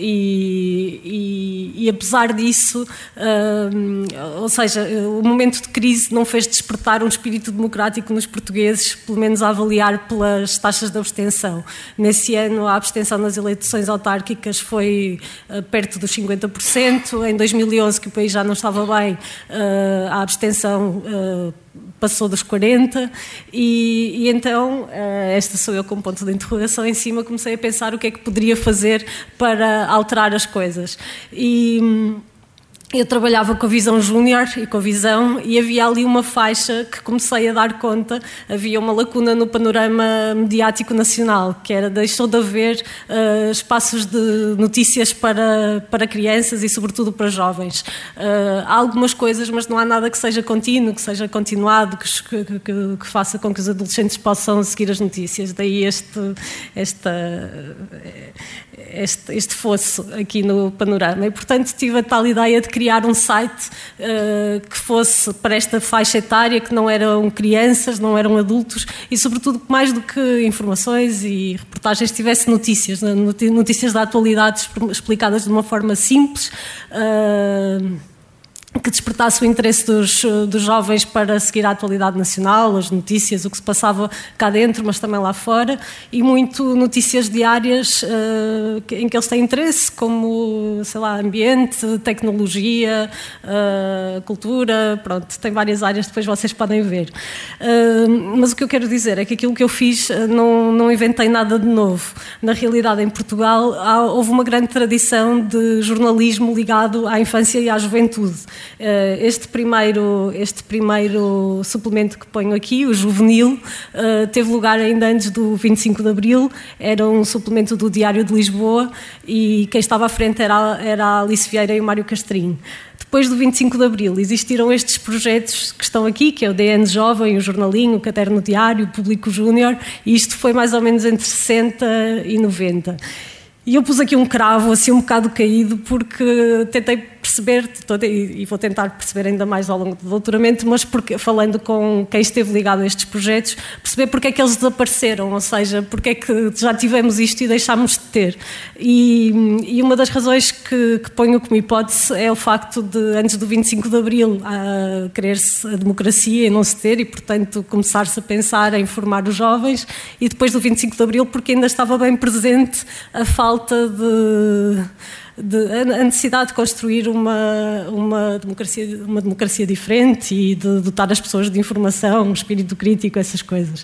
e, e, e apesar disso, uh, ou seja, o momento de crise não fez despertar um espírito democrático nos portugueses, pelo menos a avaliar pelas taxas de abstenção. Nesse ano, a abstenção nas eleições autárquicas foi uh, perto dos cinquenta por cento. Em dois mil e onze, que o país já não estava bem, uh, a abstenção uh, passou dos quarenta por cento e, e então, uh, esta sou eu com um ponto de interrogação em cima, comecei a pensar o que é que poderia fazer para alterar as coisas. E... eu trabalhava com a Visão Júnior e com a Visão e havia ali uma faixa que comecei a dar conta, havia uma lacuna no panorama mediático nacional, que era, deixou de haver uh, espaços de notícias para, para crianças e sobretudo para jovens. Uh, há algumas coisas, mas não há nada que seja contínuo, que seja continuado, que, que, que, que faça com que os adolescentes possam seguir as notícias. Daí este, esta... Este, este fosso aqui no panorama e, portanto, tive a tal ideia de criar um site uh, que fosse para esta faixa etária, que não eram crianças, não eram adultos e, sobretudo, que mais do que informações e reportagens tivesse notícias, notícias da atualidade explicadas de uma forma simples, uh, que despertasse o interesse dos, dos jovens para seguir a atualidade nacional, as notícias, o que se passava cá dentro, mas também lá fora, e muito notícias diárias uh, em que eles têm interesse, como, sei lá, ambiente, tecnologia, uh, cultura, pronto, tem várias áreas, depois vocês podem ver. Uh, mas o que eu quero dizer é que aquilo que eu fiz, não, não inventei nada de novo. Na realidade, em Portugal, há, houve uma grande tradição de jornalismo ligado à infância e à juventude. Este primeiro, este primeiro suplemento que ponho aqui, o Juvenil, teve lugar ainda antes do vinte e cinco de Abril, era um suplemento do Diário de Lisboa e quem estava à frente era, era a Alice Vieira e o Mário Castrinho. Depois do vinte e cinco de Abril existiram estes projetos que estão aqui, que é o D N Jovem, o Jornalinho, o Caderno Diário, o Público Júnior, e isto foi mais ou menos entre sessenta e noventa. E eu pus aqui um cravo, assim um bocado caído, porque tentei perceber, e vou tentar perceber ainda mais ao longo do doutoramento, mas porque, falando com quem esteve ligado a estes projetos, perceber porque é que eles desapareceram, ou seja, porque é que já tivemos isto e deixámos de ter. E, e uma das razões que, que ponho como hipótese é o facto de, antes do vinte e cinco de Abril, a querer-se a democracia e não se ter, e, portanto, começar-se a pensar em formar os jovens, e depois do vinte e cinco de Abril, porque ainda estava bem presente a falta de... De, a necessidade de construir uma, uma, democracia, uma democracia diferente e de dotar as pessoas de informação, um espírito crítico, essas coisas.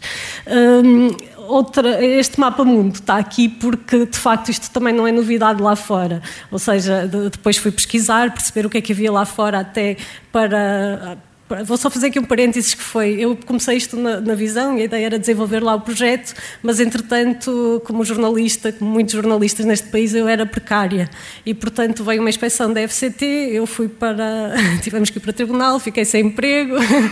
Um, outra, este mapa mundo está aqui porque, de facto, isto também não é novidade lá fora. Ou seja, de, depois fui pesquisar, perceber o que é que havia lá fora até para... Vou só fazer aqui um parênteses que foi, eu comecei isto na, na Visão e a ideia era desenvolver lá o projeto, mas entretanto, como jornalista, como muitos jornalistas neste país, eu era precária e portanto veio uma inspeção da F C T, eu fui para, tivemos que ir para o tribunal, fiquei sem emprego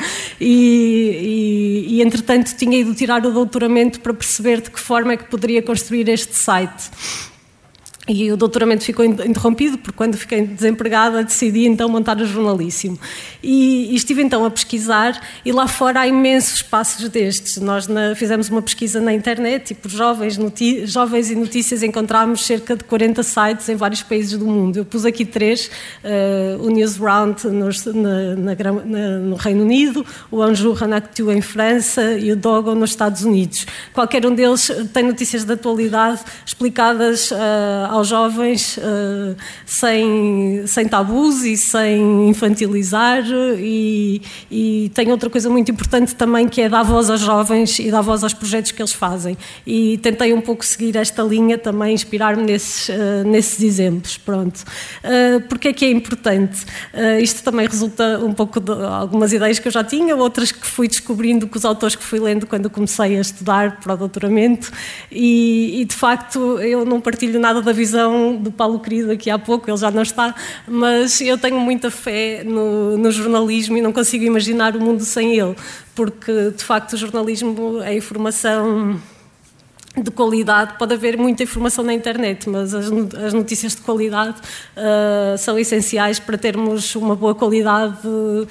e, e, e entretanto tinha ido tirar o doutoramento para perceber de que forma é que poderia construir este site. E o doutoramento ficou interrompido, porque quando fiquei desempregada decidi então montar o Jornalíssimo. E, e estive então a pesquisar, e lá fora há imensos espaços destes. Nós na, fizemos uma pesquisa na internet e por jovens, jovens e notícias encontramos cerca de quarenta sites em vários países do mundo. Eu pus aqui três, uh, o Newsround nos, na, na, na, no Reino Unido, o Bonjour Actu em França e o Dogo nos Estados Unidos. Qualquer um deles tem notícias de atualidade explicadas uh, aos jovens uh, sem, sem tabus e sem infantilizar, e, e tem outra coisa muito importante também, que é dar voz aos jovens e dar voz aos projetos que eles fazem, e tentei um pouco seguir esta linha também, inspirar-me nesses, uh, nesses exemplos. Pronto. Uh, porque é que é importante? Uh, isto também resulta um pouco de algumas ideias que eu já tinha, outras que fui descobrindo com os autores que fui lendo quando comecei a estudar para o doutoramento, e, e de facto eu não partilho nada da visão do Paulo Querido aqui há pouco, ele já não está, mas eu tenho muita fé no, no jornalismo e não consigo imaginar o mundo sem ele, porque de facto o jornalismo é informação de qualidade. Pode haver muita informação na internet, mas as, as notícias de qualidade uh, são essenciais para termos uma boa qualidade uh,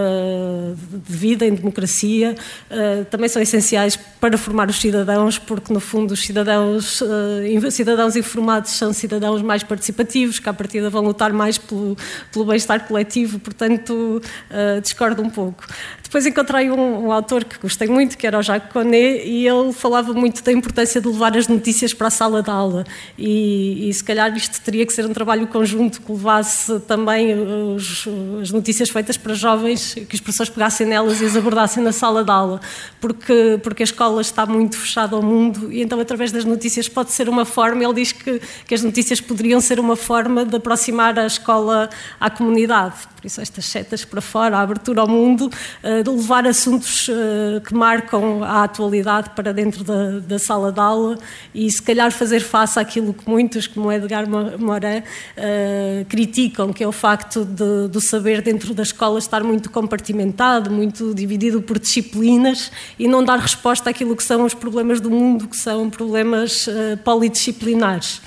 de vida em democracia. Uh, também são essenciais para formar os cidadãos, porque no fundo os cidadãos, uh, cidadãos informados são cidadãos mais participativos, que à partida vão lutar mais pelo, pelo bem-estar coletivo, portanto uh, discordo um pouco. Depois encontrei um, um autor que gostei muito, que era o Jacques Connet, e ele falava muito da importância de levar as notícias para a sala de aula, e, e se calhar isto teria que ser um trabalho conjunto que levasse também os, as notícias feitas para jovens, que os professores pegassem nelas e as abordassem na sala de aula, porque, porque a escola está muito fechada ao mundo, e então através das notícias pode ser uma forma, ele diz que, que as notícias poderiam ser uma forma de aproximar a escola à comunidade. Por isso estas setas para fora, a abertura ao mundo, de levar assuntos que marcam a atualidade para dentro da, da sala de aula, e se calhar fazer face àquilo que muitos, como Edgar Morin, criticam, que é o facto de, do saber dentro da escola estar muito compartimentado, muito dividido por disciplinas, e não dar resposta àquilo que são os problemas do mundo, que são problemas polidisciplinares.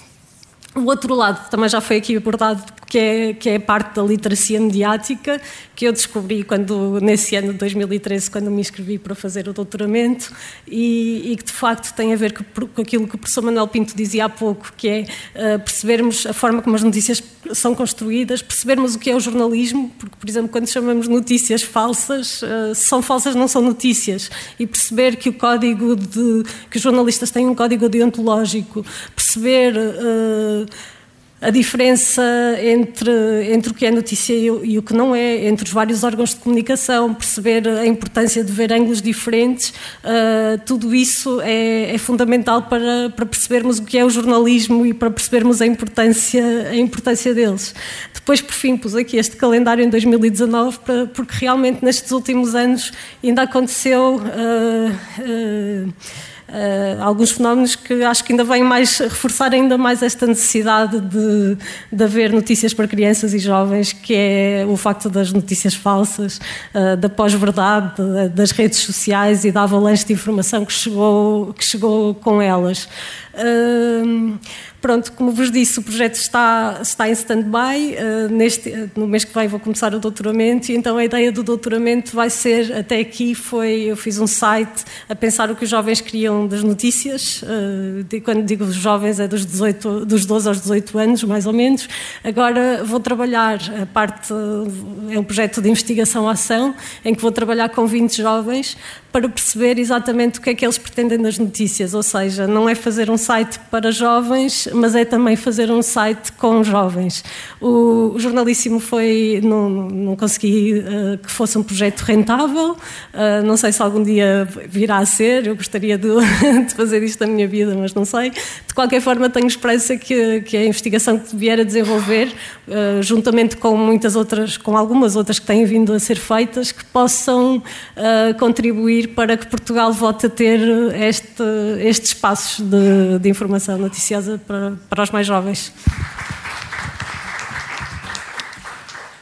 O outro lado também já foi aqui abordado, que é, que é a parte da literacia mediática, que eu descobri quando, nesse ano de dois mil e treze, quando me inscrevi para fazer o doutoramento, e, e que de facto tem a ver com, com aquilo que o professor Manuel Pinto dizia há pouco, que é uh, percebermos a forma como as notícias são construídas, percebermos o que é o jornalismo, porque, por exemplo, quando chamamos notícias falsas, uh, se são falsas não são notícias, e perceber que o código de, que os jornalistas têm um código deontológico, perceber uh, a diferença entre, entre o que é notícia e o, e o que não é, entre os vários órgãos de comunicação, perceber a importância de ver ângulos diferentes, uh, tudo isso é, é fundamental para, para percebermos o que é o jornalismo e para percebermos a importância, a importância deles. Depois, por fim, pus aqui este calendário em dois mil e dezanove, para, porque realmente nestes últimos anos ainda aconteceu Uh, uh, Uh, alguns fenómenos que acho que ainda vêm mais reforçar ainda mais esta necessidade de, de haver notícias para crianças e jovens, que é o facto das notícias falsas, uh, da pós-verdade, das redes sociais e da avalanche de informação que chegou, que chegou com elas. Uh, Pronto, como vos disse, o projeto está, está em stand-by. Uh, neste, no mês que vem vou começar o doutoramento, e então a ideia do doutoramento vai ser, até aqui foi, eu fiz um site a pensar o que os jovens queriam das notícias. Uh, de, quando digo os jovens é dos, dezoito, dos doze aos dezoito anos, mais ou menos. Agora vou trabalhar, a parte, é um projeto de investigação-ação, em que vou trabalhar com vinte jovens para perceber exatamente o que é que eles pretendem das notícias, ou seja, não é fazer um site para jovens, mas é também fazer um site com jovens. O, o Jornalíssimo foi, não, não consegui uh, que fosse um projeto rentável, uh, não sei se algum dia virá a ser, eu gostaria de, de fazer isto na minha vida, mas não sei. De qualquer forma, tenho esperança que, que a investigação que vier a desenvolver, uh, juntamente com muitas outras, com algumas outras que têm vindo a ser feitas, que possam uh, contribuir para que Portugal volte a ter este, estes espaços de, de informação noticiosa para, para os mais jovens.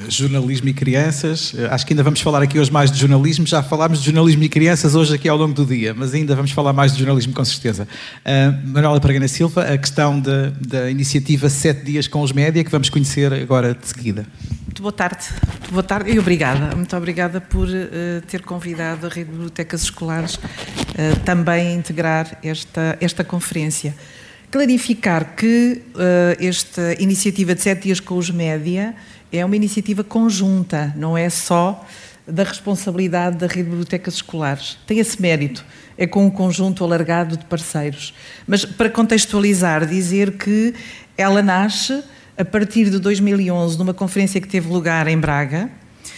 jornalismo e crianças. Acho que ainda vamos falar aqui hoje mais de jornalismo. Já falámos de jornalismo e crianças hoje aqui ao longo do dia, mas ainda vamos falar mais de jornalismo com certeza. Uh, Manuela Paragana Silva, a questão de, da iniciativa Sete Dias com os Média, que vamos conhecer agora de seguida. Muito boa tarde. Muito boa tarde e obrigada. Muito obrigada por uh, ter convidado a Rede de Bibliotecas Escolares uh, também a integrar esta, esta conferência. Clarificar que uh, esta iniciativa de Sete Dias com os Média é uma iniciativa conjunta, não é só da responsabilidade da Rede de Bibliotecas Escolares. Tem esse mérito, é com um conjunto alargado de parceiros. Mas, para contextualizar, dizer que ela nasce a partir de dois mil e onze, numa conferência que teve lugar em Braga,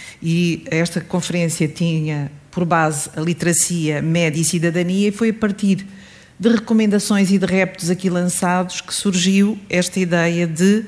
e esta conferência tinha por base a literacia, média e cidadania, e foi a partir de recomendações e de reptos aqui lançados que surgiu esta ideia de,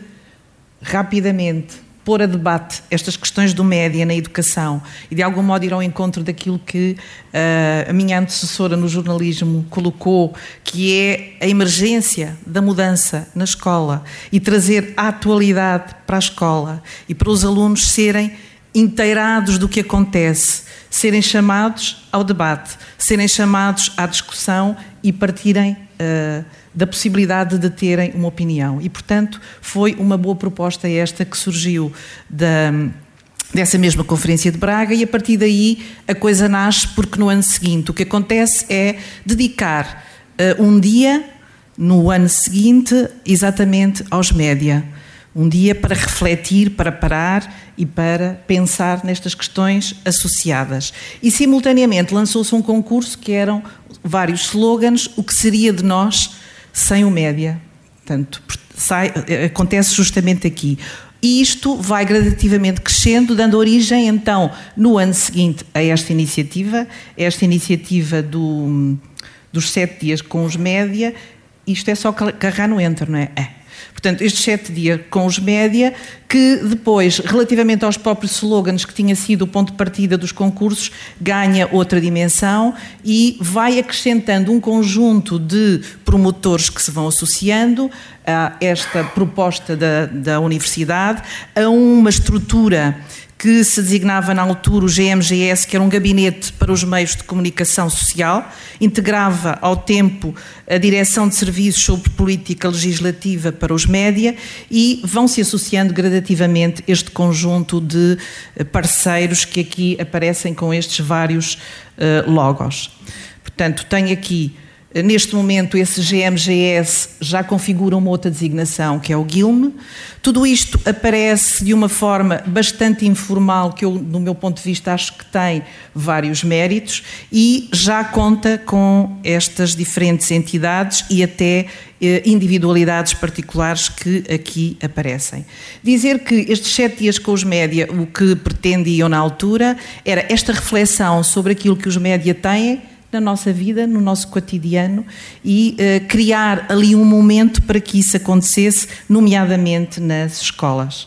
rapidamente, pôr a debate estas questões do média na educação e, de algum modo, ir ao encontro daquilo que uh, a minha antecessora no jornalismo colocou, que é a emergência da mudança na escola e trazer a atualidade para a escola e para os alunos serem inteirados do que acontece, serem chamados ao debate, serem chamados à discussão e partirem uh, da possibilidade de terem uma opinião. E, portanto, foi uma boa proposta esta que surgiu da, dessa mesma Conferência de Braga, e a partir daí a coisa nasce, porque no ano seguinte o que acontece é dedicar uh, um dia, no ano seguinte, exatamente aos média. Um dia para refletir, para parar e para pensar nestas questões associadas. E, simultaneamente, lançou-se um concurso que eram vários slogans: o que seria de nós sem o média. Portanto, sai, acontece justamente aqui. E isto vai gradativamente crescendo, dando origem, então, no ano seguinte, a esta iniciativa, esta iniciativa do, dos sete dias com os média. Isto é só carregar no enter, não é? É. Portanto, estes sete dias com os média, que depois, relativamente aos próprios slogans, que tinha sido o ponto de partida dos concursos, ganha outra dimensão e vai acrescentando um conjunto de promotores que se vão associando a esta proposta da, da universidade, a uma estrutura que se designava na altura o G M G S, que era um gabinete para os meios de comunicação social, integrava ao tempo a direção de serviços sobre política legislativa para os média, e vão-se associando gradativamente este conjunto de parceiros que aqui aparecem com estes vários uh, logos. Portanto, tenho aqui, neste momento, esse G M G S já configura uma outra designação, que é o Guilme. Tudo isto aparece de uma forma bastante informal, que eu, do meu ponto de vista, acho que tem vários méritos, e já conta com estas diferentes entidades e até eh, individualidades particulares que aqui aparecem. Dizer que estes sete dias com os média, o que pretendiam na altura, era esta reflexão sobre aquilo que os média têm na nossa vida, no nosso cotidiano, e uh, criar ali um momento para que isso acontecesse, nomeadamente nas escolas.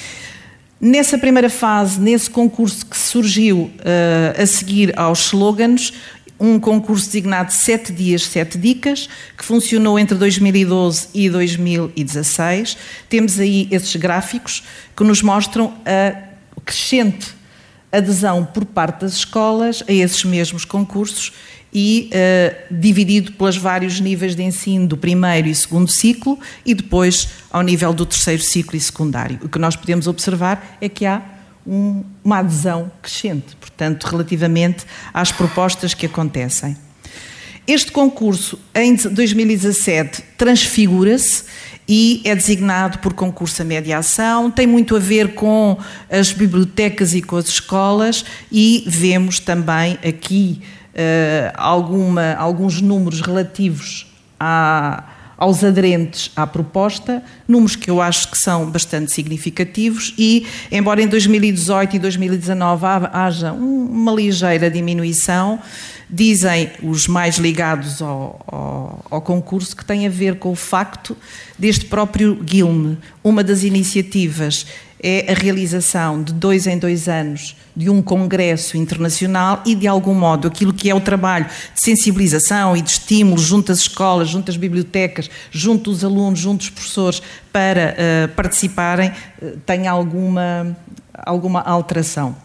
Nessa primeira fase, nesse concurso que surgiu uh, a seguir aos slogans, um concurso designado Sete Dias, Sete Dicas, que funcionou entre dois mil e doze e dois mil e dezasseis. Temos aí esses gráficos que nos mostram a crescente adesão por parte das escolas a esses mesmos concursos e uh, dividido pelos vários níveis de ensino do primeiro e segundo ciclo e depois ao nível do terceiro ciclo e secundário. O que nós podemos observar é que há um, uma adesão crescente, portanto, relativamente às propostas que acontecem. Este concurso, em dois mil e dezassete, transfigura-se e é designado por concurso a mediação, tem muito a ver com as bibliotecas e com as escolas, e vemos também aqui uh, alguma, alguns números relativos a, aos aderentes à proposta, números que eu acho que são bastante significativos, e embora em dois mil e dezoito e dois mil e dezanove haja uma ligeira diminuição, dizem os mais ligados ao, ao, ao concurso que tem a ver com o facto deste próprio Guilme. Uma das iniciativas é a realização de dois em dois anos de um congresso internacional e, de algum modo, aquilo que é o trabalho de sensibilização e de estímulo junto às escolas, junto às bibliotecas, junto dos alunos, junto dos professores, para uh, participarem, uh, tem alguma, alguma alteração.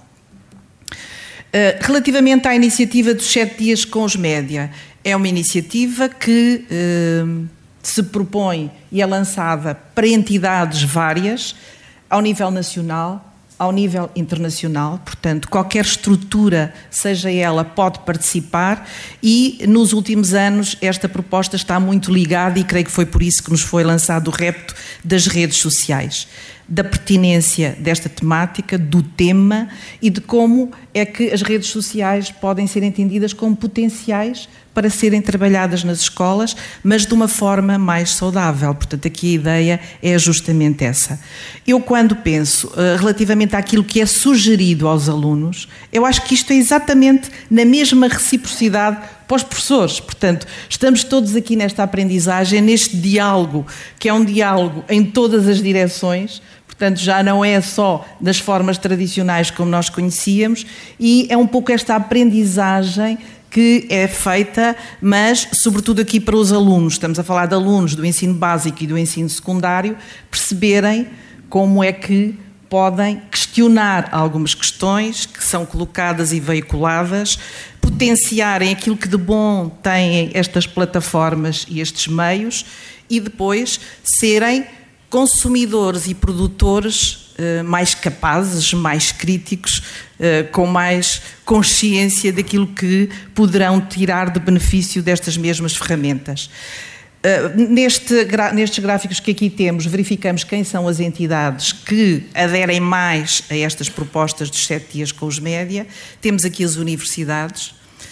Uh, relativamente à iniciativa dos sete dias com os média, é uma iniciativa que uh, se propõe e é lançada para entidades várias, ao nível nacional, ao nível internacional, portanto, qualquer estrutura, seja ela, pode participar e, nos últimos anos, esta proposta está muito ligada e creio que foi por isso que nos foi lançado o repto das redes sociais, da pertinência desta temática, do tema e de como é que as redes sociais podem ser entendidas como potenciais para serem trabalhadas nas escolas, mas de uma forma mais saudável. Portanto, aqui a ideia é justamente essa. Eu, quando penso uh, relativamente àquilo que é sugerido aos alunos, eu acho que isto é exatamente na mesma reciprocidade para os professores. Portanto, estamos todos aqui nesta aprendizagem, neste diálogo, que é um diálogo em todas as direções. Portanto, já não é só das formas tradicionais como nós conhecíamos, e é um pouco esta aprendizagem que é feita, mas sobretudo aqui para os alunos, estamos a falar de alunos do ensino básico e do ensino secundário, perceberem como é que podem questionar algumas questões que são colocadas e veiculadas, potenciarem aquilo que de bom têm estas plataformas e estes meios e depois serem consumidores e produtores eh, mais capazes, mais críticos, eh, com mais consciência daquilo que poderão tirar de benefício destas mesmas ferramentas. Uh, neste, nestes gráficos que aqui temos, verificamos quem são as entidades que aderem mais a estas propostas dos sete dias com os média. Temos aqui as universidades,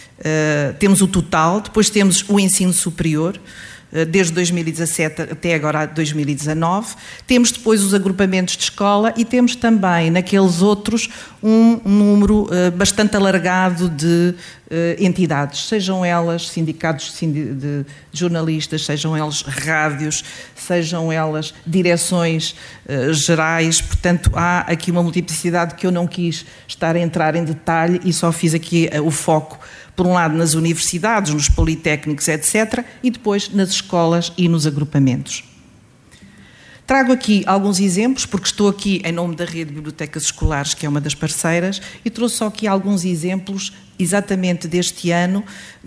uh, temos o total, depois temos o ensino superior, desde dois mil e dezassete até agora dois mil e dezanove, temos depois os agrupamentos de escola e temos também naqueles outros um número uh, bastante alargado de uh, entidades, sejam elas sindicatos de, de jornalistas, sejam elas rádios, sejam elas direções uh, gerais, portanto há aqui uma multiplicidade que eu não quis estar a entrar em detalhe e só fiz aqui uh, o foco por um lado nas universidades, nos politécnicos, etcétera, e depois nas escolas e nos agrupamentos. Trago aqui alguns exemplos, porque estou aqui em nome da Rede de Bibliotecas Escolares, que é uma das parceiras, e trouxe só aqui alguns exemplos, exatamente deste ano,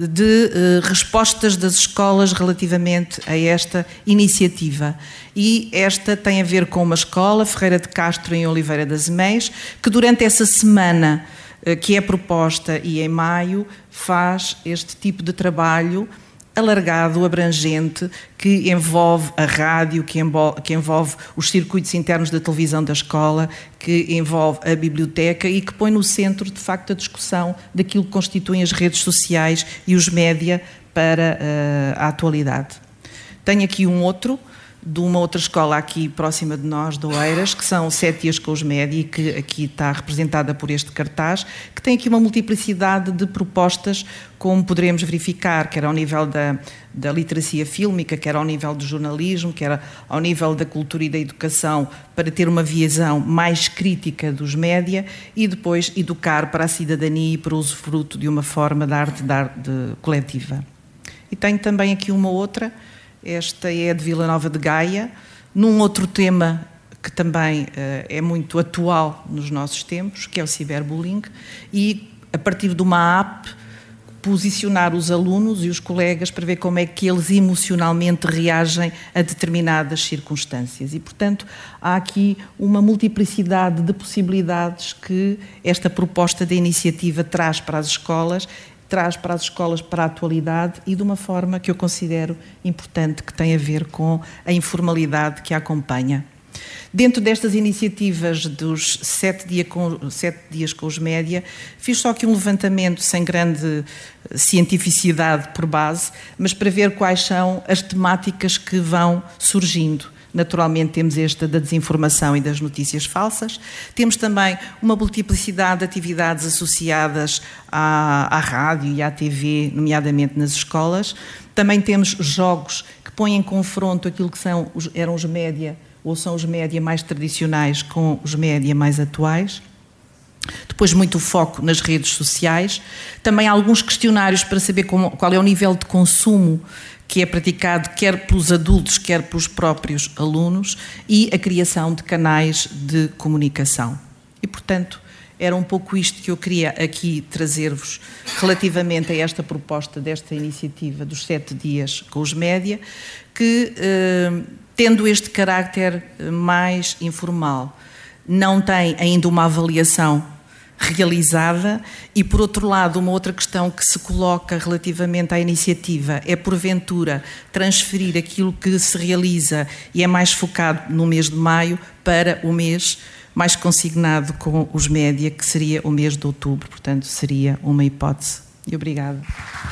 de eh, respostas das escolas relativamente a esta iniciativa. E esta tem a ver com uma escola, Ferreira de Castro, em Oliveira das Meias, que durante essa semana que é proposta e em maio faz este tipo de trabalho alargado, abrangente, que envolve a rádio, que envolve, que envolve os circuitos internos da televisão da escola, que envolve a biblioteca e que põe no centro, de facto, a discussão daquilo que constituem as redes sociais e os média para uh, a atualidade. Tenho aqui um outro, de uma outra escola aqui próxima de nós, de Oeiras, que são sete dias com os média, e que aqui está representada por este cartaz, que tem aqui uma multiplicidade de propostas, como poderemos verificar, quer ao nível da, da literacia fílmica, quer ao nível do jornalismo, quer ao nível da cultura e da educação, para ter uma visão mais crítica dos média, e depois educar para a cidadania e para o usufruto de uma forma de arte, de arte de, coletiva. E tenho também aqui uma outra. Esta é de Vila Nova de Gaia, num outro tema que também uh, é muito atual nos nossos tempos, que é o ciberbullying, e a partir de uma app posicionar os alunos e os colegas para ver como é que eles emocionalmente reagem a determinadas circunstâncias. E, portanto, há aqui uma multiplicidade de possibilidades que esta proposta da iniciativa traz para as escolas, traz para as escolas para a atualidade e de uma forma que eu considero importante, que tem a ver com a informalidade que a acompanha. Dentro destas iniciativas dos sete, dia com, sete dias com os média, fiz só aqui um levantamento sem grande cientificidade por base, mas para ver quais são as temáticas que vão surgindo. Naturalmente temos esta da desinformação e das notícias falsas. Temos também uma multiplicidade de atividades associadas à, à rádio e à T V, nomeadamente nas escolas. Também temos jogos que põem em confronto aquilo que são, eram os média, ou são os média mais tradicionais com os média mais atuais. Depois muito foco nas redes sociais. Também alguns questionários para saber como, qual é o nível de consumo que é praticado quer pelos adultos, quer pelos próprios alunos, e a criação de canais de comunicação. E, portanto, era um pouco isto que eu queria aqui trazer-vos relativamente a esta proposta desta iniciativa dos sete dias com os média, que, eh, tendo este carácter mais informal, não tem ainda uma avaliação realizada e, por outro lado, uma outra questão que se coloca relativamente à iniciativa é, porventura, transferir aquilo que se realiza e é mais focado no mês de maio para o mês mais consignado com os média, que seria o mês de outubro. Portanto, seria uma hipótese. E obrigada.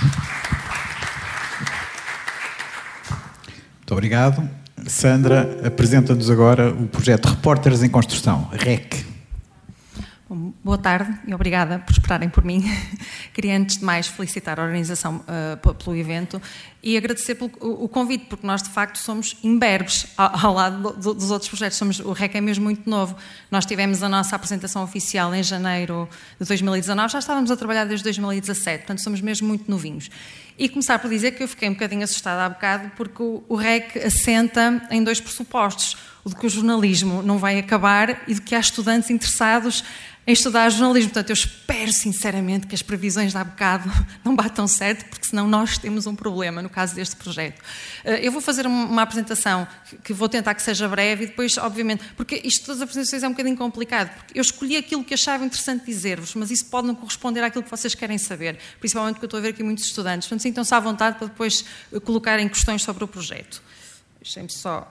Muito obrigado. Sandra, apresenta-nos agora o projeto Repórteres em Construção, R E C. Bom, boa tarde e obrigada por esperarem por mim. Queria, antes de mais, felicitar a organização uh, pelo evento e agradecer pelo o convite, porque nós, de facto, somos imberbes ao, ao lado do, dos outros projetos. Somos, o R E C é mesmo muito novo. Nós tivemos a nossa apresentação oficial em janeiro de dois mil e dezanove, já estávamos a trabalhar desde dois mil e dezassete, portanto, somos mesmo muito novinhos. E começar por dizer que eu fiquei um bocadinho assustada há bocado, porque o, o R E C assenta em dois pressupostos: o de que o jornalismo não vai acabar e de que há estudantes interessados em estudar jornalismo. Portanto, eu espero sinceramente que as previsões de há bocado não batam certo, porque senão nós temos um problema no caso deste projeto. Eu vou fazer uma apresentação que vou tentar que seja breve e depois, obviamente, porque isto das apresentações é um bocadinho complicado, porque eu escolhi aquilo que achava interessante dizer-vos, mas isso pode não corresponder àquilo que vocês querem saber, principalmente porque eu estou a ver aqui muitos estudantes. Portanto, sintam-se à vontade para depois colocarem questões sobre o projeto. Deixem-me só...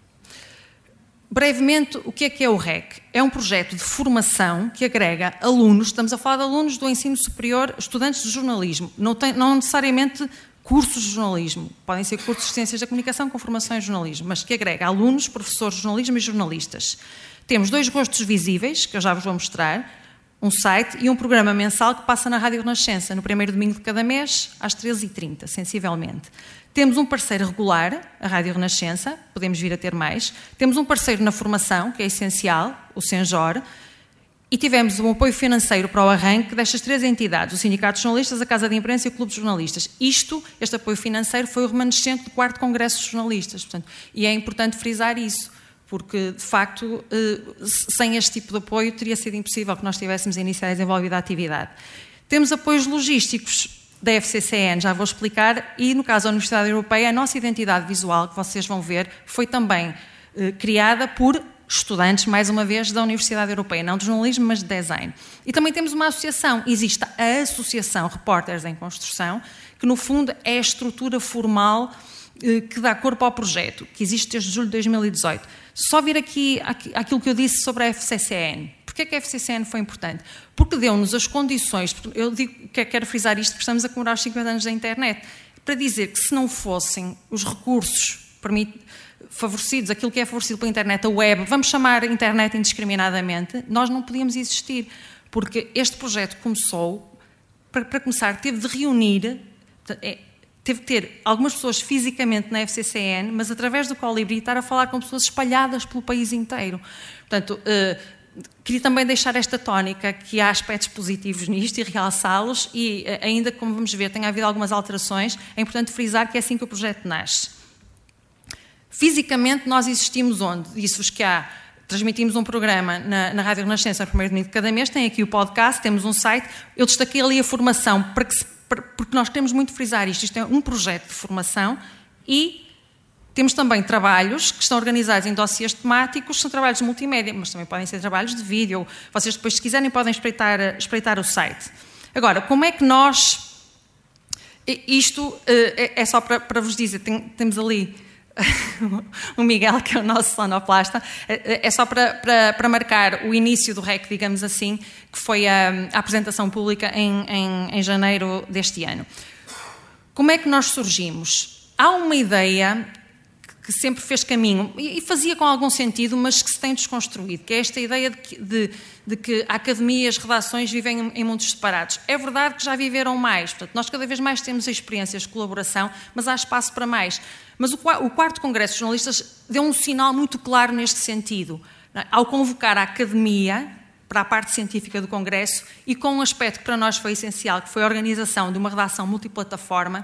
Brevemente, o que é que é o R E C? É um projeto de formação que agrega alunos, estamos a falar de alunos do ensino superior, estudantes de jornalismo, não, tem, não necessariamente cursos de jornalismo, podem ser cursos de ciências da comunicação com formação em jornalismo, mas que agrega alunos, professores de jornalismo e jornalistas. Temos dois rostos visíveis, que eu já vos vou mostrar, um site e um programa mensal que passa na Rádio Renascença, no primeiro domingo de cada mês, às treze e trinta, sensivelmente. Temos um parceiro regular, a Rádio Renascença, podemos vir a ter mais. Temos um parceiro na formação, que é essencial, o Senjor. E tivemos um apoio financeiro para o arranque destas três entidades, o Sindicato de Jornalistas, a Casa de Imprensa e o Clube de Jornalistas. Isto, este apoio financeiro, foi o remanescente do quarto Congresso de Jornalistas. Portanto, e é importante frisar isso, porque, de facto, sem este tipo de apoio, teria sido impossível que nós estivéssemos a iniciar a desenvolver a atividade. Temos apoios logísticos da F C C N, já vou explicar, e no caso da Universidade Europeia, a nossa identidade visual, que vocês vão ver, foi também eh, criada por estudantes, mais uma vez, da Universidade Europeia, não de jornalismo, mas de design. E também temos uma associação, existe a Associação Repórteres em Construção, que no fundo é a estrutura formal eh, que dá corpo ao projeto, que existe desde julho de dois mil e dezoito. Só vir aqui aquilo que eu disse sobre a F C C N. Porquê é que a F C C N foi importante? Porque deu-nos as condições, eu digo, quero frisar isto porque estamos a comemorar os cinquenta anos da internet, para dizer que se não fossem os recursos favorecidos, aquilo que é favorecido pela internet, a web, vamos chamar a internet indiscriminadamente, nós não podíamos existir, porque este projeto começou, para, para começar, teve de reunir, teve de ter algumas pessoas fisicamente na F C C N, mas através do Colibri estar a falar com pessoas espalhadas pelo país inteiro. Portanto, queria também deixar esta tónica, que há aspectos positivos nisto e realçá-los, e ainda, como vamos ver, tem havido algumas alterações, é importante frisar que é assim que o projeto nasce. Fisicamente, nós existimos onde? Disse-vos que há, transmitimos um programa na, na Rádio Renascença no primeiro domingo de cada mês, tem aqui o podcast, temos um site, eu destaquei ali a formação, para que se, para, porque nós queremos muito frisar isto, isto é um projeto de formação e temos também trabalhos que estão organizados em dossiês temáticos, são trabalhos de multimédia, mas também podem ser trabalhos de vídeo. Vocês depois, se quiserem, podem espreitar, espreitar o site. Agora, como é que nós... Isto é só para, para vos dizer, tem, temos ali o Miguel, que é o nosso sonoplasta, é só para, para, para marcar o início do R E C, digamos assim, que foi a, a apresentação pública em, em, em janeiro deste ano. Como é que nós surgimos? Há uma ideia que sempre fez caminho, e fazia com algum sentido, mas que se tem desconstruído, que é esta ideia de que, de, de que a academia e as redações vivem em mundos separados. É verdade que já viveram mais, portanto, nós cada vez mais temos experiências de colaboração, mas há espaço para mais. Mas o, o quarto Congresso de Jornalistas deu um sinal muito claro neste sentido, ao convocar a academia para a parte científica do Congresso e com um aspecto que para nós foi essencial, que foi a organização de uma redação multiplataforma,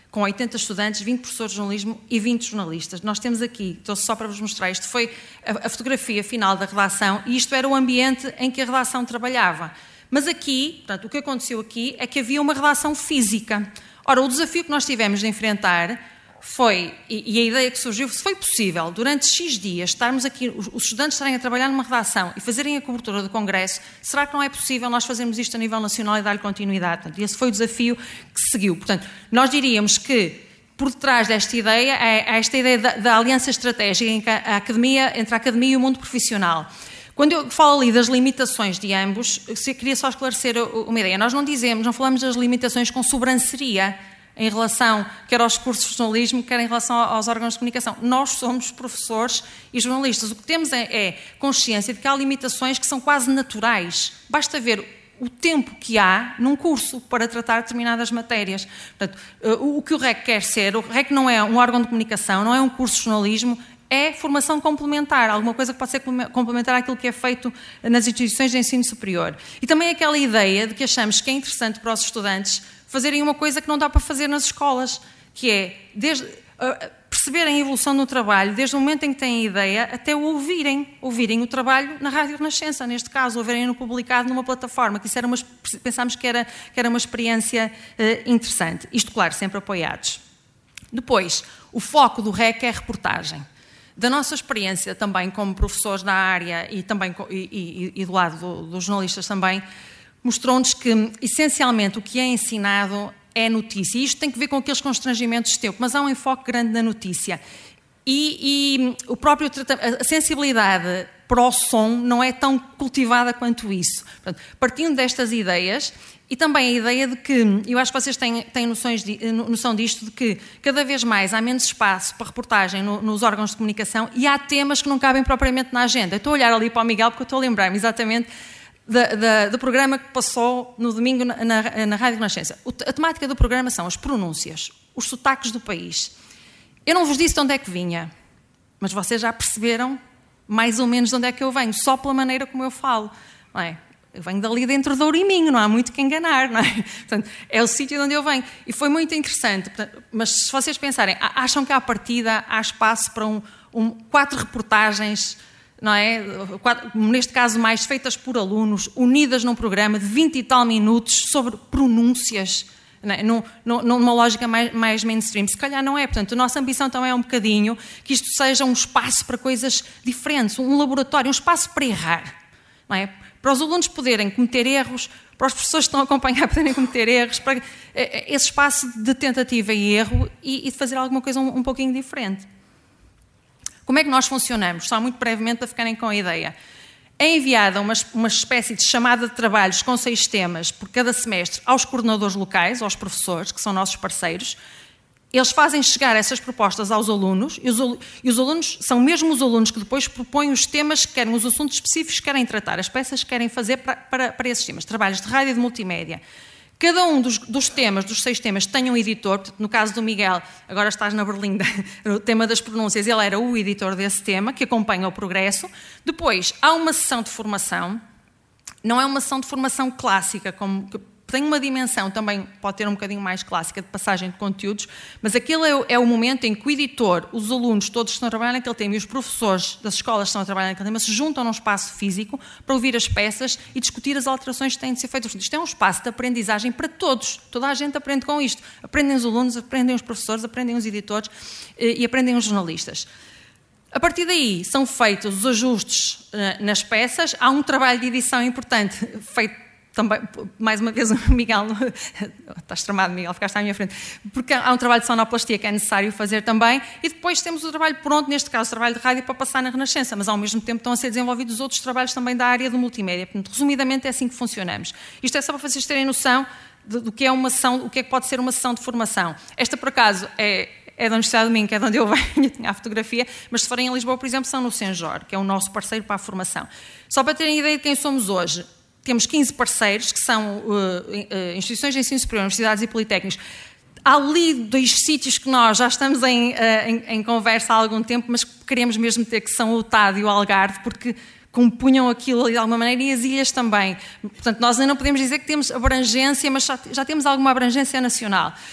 com oitenta estudantes, vinte professores de jornalismo e vinte jornalistas. Nós temos aqui, estou só para vos mostrar, isto foi a, a fotografia final da redação e isto era o ambiente em que a redação trabalhava. Mas aqui, portanto, o que aconteceu aqui é que havia uma redação física. Ora, o desafio que nós tivemos de enfrentar foi, e, e a ideia que surgiu, se foi possível, durante X dias, estarmos aqui, os, os estudantes estarem a trabalhar numa redação e fazerem a cobertura do Congresso, será que não é possível nós fazermos isto a nível nacional e dar-lhe continuidade? Portanto, esse foi o desafio que se seguiu. Portanto, nós diríamos que, por detrás desta ideia, é, é esta ideia da, da aliança estratégica entre a, academia, entre a academia e o mundo profissional. Quando eu falo ali das limitações de ambos, eu queria só esclarecer uma ideia. Nós não dizemos, não falamos das limitações com sobranceria, em relação, quer aos cursos de jornalismo, quer em relação aos órgãos de comunicação. Nós somos professores e jornalistas. O que temos é, é consciência de que há limitações que são quase naturais. Basta ver o tempo que há num curso para tratar determinadas matérias. Portanto, o que o R E C quer ser, o R E C não é um órgão de comunicação, não é um curso de jornalismo, é formação complementar, alguma coisa que pode ser complementar àquilo que é feito nas instituições de ensino superior. E também aquela ideia de que achamos que é interessante para os estudantes fazerem uma coisa que não dá para fazer nas escolas, que é desde, uh, perceberem a evolução do trabalho, desde o momento em que têm a ideia, até o ouvirem, ouvirem o trabalho na Rádio Renascença, neste caso, ouvirem-no publicado numa plataforma, que isso era uma, pensámos que era, que era uma experiência uh, interessante. Isto, claro, sempre apoiados. Depois, o foco do R E C é a reportagem. Da nossa experiência também como professores na área e, também, e, e, e do lado do, dos jornalistas também, mostrou-nos que, essencialmente, o que é ensinado é notícia. E isto tem que ver com aqueles constrangimentos de tempo, mas há um enfoque grande na notícia. E, e o próprio a sensibilidade para o som não é tão cultivada quanto isso. Portanto, partindo destas ideias, e também a ideia de que, eu acho que vocês têm, têm noções de, noção disto, de que cada vez mais há menos espaço para reportagem no, nos órgãos de comunicação e há temas que não cabem propriamente na agenda. Eu estou a olhar ali para o Miguel porque eu estou a lembrar-me exatamente Da, da, do programa que passou no domingo na, na, na Rádio Renascença. A temática do programa são as pronúncias, os sotaques do país. Eu não vos disse de onde é que vinha, mas vocês já perceberam mais ou menos de onde é que eu venho, só pela maneira como eu falo. Não é? Eu venho dali dentro do Ouriminho, não há muito que enganar. Não é? Portanto, é o sítio de onde eu venho. E foi muito interessante. Mas se vocês pensarem, acham que à partida há espaço para um, um, quatro reportagens, não é? Neste caso mais feitas por alunos, unidas num programa de vinte e tal minutos sobre pronúncias, não é? Num, numa lógica mais, mais mainstream. Se calhar não é. Portanto, a nossa ambição também é um bocadinho que isto seja um espaço para coisas diferentes, um laboratório, um espaço para errar, não é? Para os alunos poderem cometer erros, para as pessoas que estão a acompanhar poderem cometer erros, para esse espaço de tentativa e erro e, e de fazer alguma coisa um, um pouquinho diferente. Como é que nós funcionamos? Só muito brevemente para ficarem com a ideia. É enviada uma, uma espécie de chamada de trabalhos com seis temas por cada semestre aos coordenadores locais, aos professores, que são nossos parceiros. Eles fazem chegar essas propostas aos alunos e os, e os alunos são mesmo os alunos que depois propõem os temas que querem, os assuntos específicos que querem tratar, as peças que querem fazer para, para, para esses temas, trabalhos de rádio e de multimédia. Cada um dos, dos temas, dos seis temas, tem um editor. Portanto, no caso do Miguel, agora estás na Berlinda, no tema das pronúncias, ele era o editor desse tema, que acompanha o progresso. Depois, há uma sessão de formação. Não é uma sessão de formação clássica, como... tem uma dimensão também, pode ter um bocadinho mais clássica, de passagem de conteúdos, mas aquele é o, é o momento em que o editor, os alunos, todos estão a trabalhar naquele tema e os professores das escolas estão a trabalhar naquele tema, se juntam num espaço físico para ouvir as peças e discutir as alterações que têm de ser feitas. Isto é um espaço de aprendizagem para todos. Toda a gente aprende com isto. Aprendem os alunos, aprendem os professores, aprendem os editores e aprendem os jornalistas. A partir daí são feitos os ajustes uh, nas peças. Há um trabalho de edição importante feito também, mais uma vez, o Miguel, estás tramado, Miguel, ficaste à minha frente, porque há um trabalho de sonoplastia que é necessário fazer também, e depois temos o trabalho pronto, neste caso o trabalho de rádio, para passar na Renascença, mas ao mesmo tempo estão a ser desenvolvidos outros trabalhos também da área do multimédia. Portanto, resumidamente é assim que funcionamos. Isto é só para vocês terem noção do que é uma sessão, o que é que pode ser uma sessão de formação. Esta, por acaso, é... é da Universidade do Minho, que é de onde eu venho, tinha a fotografia, mas se forem a Lisboa, por exemplo, são no Senjor, que é o nosso parceiro para a formação. Só para terem ideia de quem somos hoje, temos quinze parceiros, que são uh, uh, instituições de ensino superior, universidades e politécnicos. Há ali dois sítios que nós já estamos em, uh, em, em conversa há algum tempo, mas queremos mesmo ter, que são o Tado e o Algarve, porque compunham aquilo ali de alguma maneira, e as ilhas também. Portanto, nós ainda não podemos dizer que temos abrangência, mas já, já temos alguma abrangência nacional.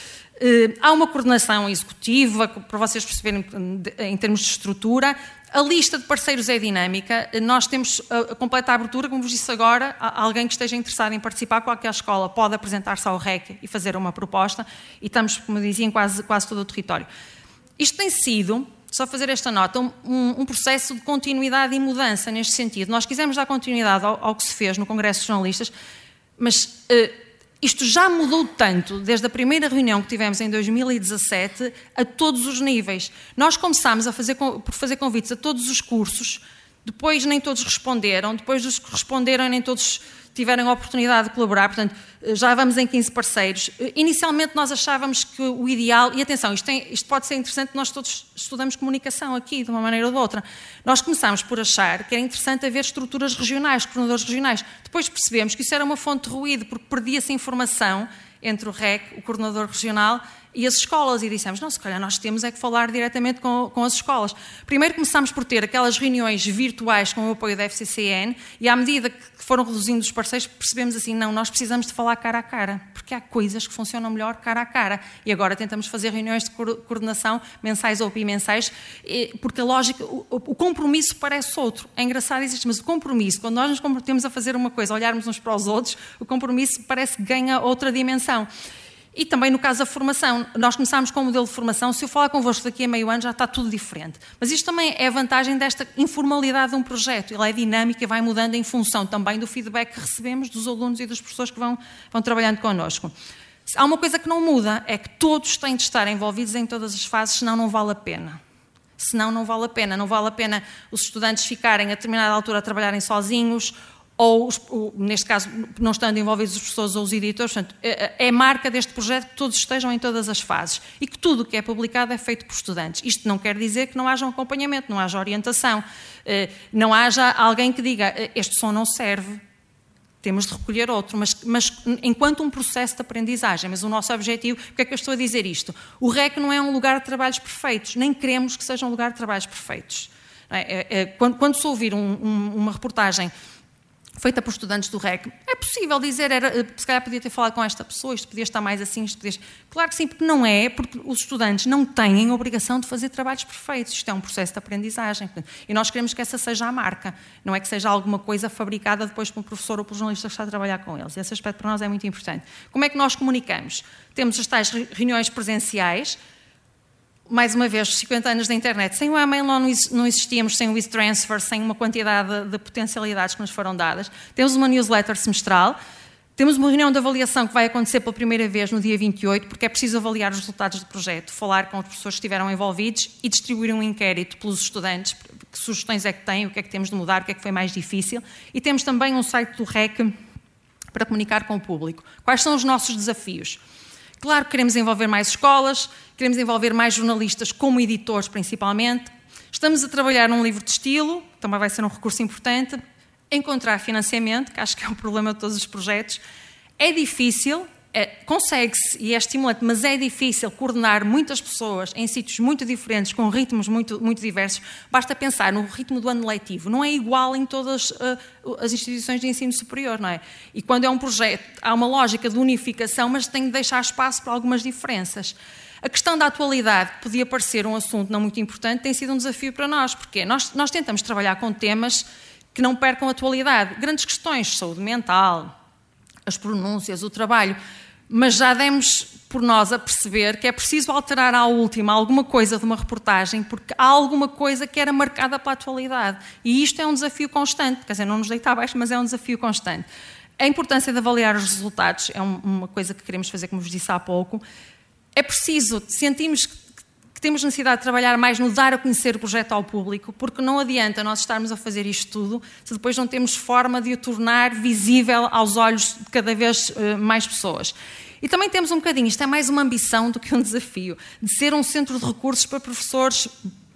Há uma coordenação executiva, para vocês perceberem em termos de estrutura. A lista de parceiros é dinâmica. Nós temos a completa abertura, como vos disse agora, alguém que esteja interessado em participar, qualquer escola pode apresentar-se ao R E C e fazer uma proposta, e estamos, como dizia, em quase, quase todo o território. Isto tem sido, só fazer esta nota, um, um processo de continuidade e mudança neste sentido. Nós quisemos dar continuidade ao, ao que se fez no Congresso de Jornalistas, mas uh, isto já mudou tanto, desde a primeira reunião que tivemos em dois mil e dezassete, a todos os níveis. Nós começámos a fazer, por fazer convites a todos os cursos, depois nem todos responderam, depois dos que responderam nem todos tiveram a oportunidade de colaborar, portanto, já vamos em quinze parceiros. Inicialmente nós achávamos que o ideal, e atenção, isto, tem, isto pode ser interessante, nós todos estudamos comunicação aqui, de uma maneira ou de outra. Nós começámos por achar que era interessante haver estruturas regionais, coordenadores regionais. Depois percebemos que isso era uma fonte de ruído, porque perdia-se informação entre o R E C, o coordenador regional, e as escolas, e dissemos, não, se calhar nós temos é que falar diretamente com, com as escolas. Primeiro começámos por ter aquelas reuniões virtuais com o apoio da F C C N, e à medida que foram reduzindo os parceiros, percebemos assim, não, nós precisamos de falar cara a cara, porque há coisas que funcionam melhor cara a cara, e agora tentamos fazer reuniões de coordenação mensais ou bimensais, porque a lógica, o, o compromisso parece outro. É engraçado isso, mas o compromisso, quando nós nos comprometemos a fazer uma coisa, olharmos uns para os outros, o compromisso parece que ganha outra dimensão. E também no caso da formação, nós começámos com o modelo de formação, se eu falar convosco daqui a meio ano já está tudo diferente. Mas isto também é a vantagem desta informalidade de um projeto, ele é dinâmico e vai mudando em função também do feedback que recebemos dos alunos e dos professores que vão, vão trabalhando connosco. Há uma coisa que não muda, é que todos têm de estar envolvidos em todas as fases, senão não vale a pena. Senão não vale a pena, não vale a pena os estudantes ficarem a determinada altura a trabalharem sozinhos, ou, neste caso, não estando envolvidos os professores ou os editores. Portanto, é marca deste projeto que todos estejam em todas as fases e que tudo o que é publicado é feito por estudantes. Isto não quer dizer que não haja um acompanhamento, não haja orientação, não haja alguém que diga este som não serve, temos de recolher outro, mas, mas enquanto um processo de aprendizagem. Mas o nosso objetivo, porque é que eu estou a dizer isto? O R E C não é um lugar de trabalhos perfeitos, nem queremos que seja um lugar de trabalhos perfeitos. É, é, quando, quando se ouvir um, um, uma reportagem feita por estudantes do R E C, é possível dizer, era, se calhar podia ter falado com esta pessoa, isto podia estar mais assim, isto podia... Claro que sim, porque não é, porque os estudantes não têm a obrigação de fazer trabalhos perfeitos, isto é um processo de aprendizagem, e nós queremos que essa seja a marca, não é que seja alguma coisa fabricada depois por um professor ou por um jornalista que está a trabalhar com eles, e esse aspecto para nós é muito importante. Como é que nós comunicamos? Temos as tais reuniões presenciais, mais uma vez, os cinquenta anos da internet. Sem o e-mail não existíamos, sem o e-transfer, sem uma quantidade de potencialidades que nos foram dadas. Temos uma newsletter semestral, temos uma reunião de avaliação que vai acontecer pela primeira vez no dia vinte e oito, porque é preciso avaliar os resultados do projeto, falar com os professores que estiveram envolvidos e distribuir um inquérito pelos estudantes, que sugestões é que têm, o que é que temos de mudar, o que é que foi mais difícil. E temos também um site do R E C para comunicar com o público. Quais são os nossos desafios? Claro que queremos envolver mais escolas, queremos envolver mais jornalistas como editores principalmente. Estamos a trabalhar num livro de estilo, também vai ser um recurso importante. Encontrar financiamento, que acho que é o problema de todos os projetos. É difícil, é, consegue-se e é estimulante, mas é difícil coordenar muitas pessoas em sítios muito diferentes, com ritmos muito, muito diversos. Basta pensar no ritmo do ano letivo. Não é igual em todas uh, as instituições de ensino superior, não é? E quando é um projeto, há uma lógica de unificação, mas tem de deixar espaço para algumas diferenças. A questão da atualidade, que podia parecer um assunto não muito importante, tem sido um desafio para nós, porque nós, nós tentamos trabalhar com temas que não percam a atualidade. Grandes questões, saúde mental, as pronúncias, o trabalho, mas já demos por nós a perceber que é preciso alterar à última alguma coisa de uma reportagem, porque há alguma coisa que era marcada pela atualidade. E isto é um desafio constante, quer dizer, não nos deita abaixo, mas é um desafio constante. A importância de avaliar os resultados é uma coisa que queremos fazer, como vos disse há pouco. É preciso, sentimos que temos necessidade de trabalhar mais no dar a conhecer o projeto ao público, porque não adianta nós estarmos a fazer isto tudo se depois não temos forma de o tornar visível aos olhos de cada vez uh, mais pessoas. E também temos um bocadinho, isto é mais uma ambição do que um desafio, de ser um centro de recursos para professores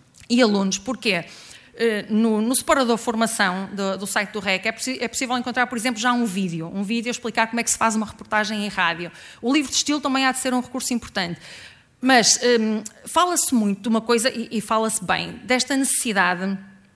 e alunos. Porquê? Uh, no, no separador formação do, do site do R E C é, é possível encontrar, por exemplo, já um vídeo, um vídeo a explicar como é que se faz uma reportagem em rádio. O livro de estilo também há de ser um recurso importante. Mas um, fala-se muito de uma coisa, e, e fala-se bem, desta necessidade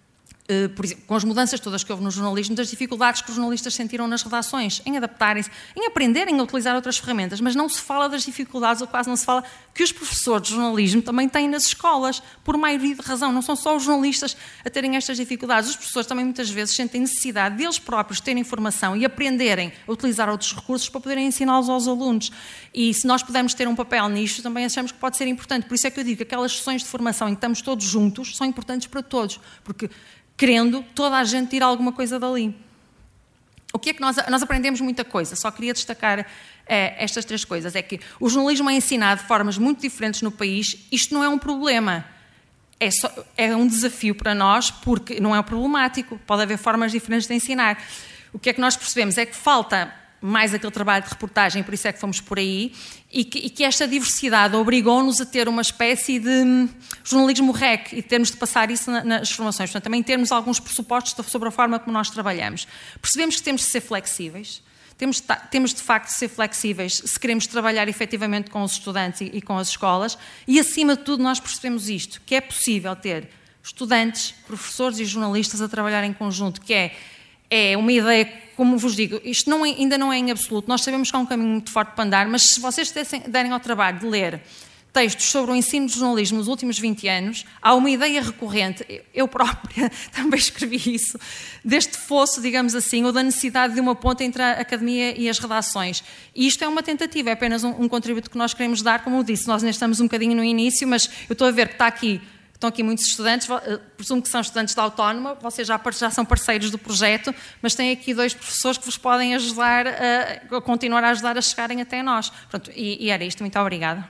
por exemplo, com as mudanças todas que houve no jornalismo, das dificuldades que os jornalistas sentiram nas redações, em adaptarem-se, em aprenderem a utilizar outras ferramentas, mas não se fala das dificuldades, ou quase não se fala, que os professores de jornalismo também têm nas escolas, por maioria de razão. Não são só os jornalistas a terem estas dificuldades, os professores também muitas vezes sentem necessidade deles próprios terem informação e aprenderem a utilizar outros recursos para poderem ensiná-los aos alunos. E se nós pudermos ter um papel nisto, também achamos que pode ser importante. Por isso é que eu digo que aquelas sessões de formação em que estamos todos juntos são importantes para todos, porque querendo toda a gente tirar alguma coisa dali. O que é que nós, nós aprendemos muita coisa, só queria destacar é, estas três coisas. É que o jornalismo é ensinado de formas muito diferentes no país, isto não é um problema, é, só, é um desafio para nós, porque não é problemático, pode haver formas diferentes de ensinar. O que é que nós percebemos é que falta mais aquele trabalho de reportagem, por isso é que fomos por aí, e que, e que esta diversidade obrigou-nos a ter uma espécie de hum, jornalismo rec e termos de passar isso na, nas formações. Portanto, também termos alguns pressupostos sobre a forma como nós trabalhamos. Percebemos que temos de ser flexíveis, temos, temos de facto de ser flexíveis se queremos trabalhar efetivamente com os estudantes e, e com as escolas, e acima de tudo nós percebemos isto, que é possível ter estudantes, professores e jornalistas a trabalhar em conjunto, que é É uma ideia, como vos digo, isto não é, ainda não é em absoluto, nós sabemos que há um caminho muito forte para andar, mas se vocês dessem, derem ao trabalho de ler textos sobre o ensino de jornalismo nos últimos vinte anos, há uma ideia recorrente, eu própria também escrevi isso, deste fosso, digamos assim, ou da necessidade de uma ponte entre a academia e as redações. E isto é uma tentativa, é apenas um, um contributo que nós queremos dar, como eu disse, nós ainda estamos um bocadinho no início, mas eu estou a ver que está aqui, estão aqui muitos estudantes, presumo que são estudantes da Autónoma, vocês já, já são parceiros do projeto, mas têm aqui dois professores que vos podem ajudar a, a continuar a ajudar a chegarem até nós. Pronto, e, e era isto, muito obrigada.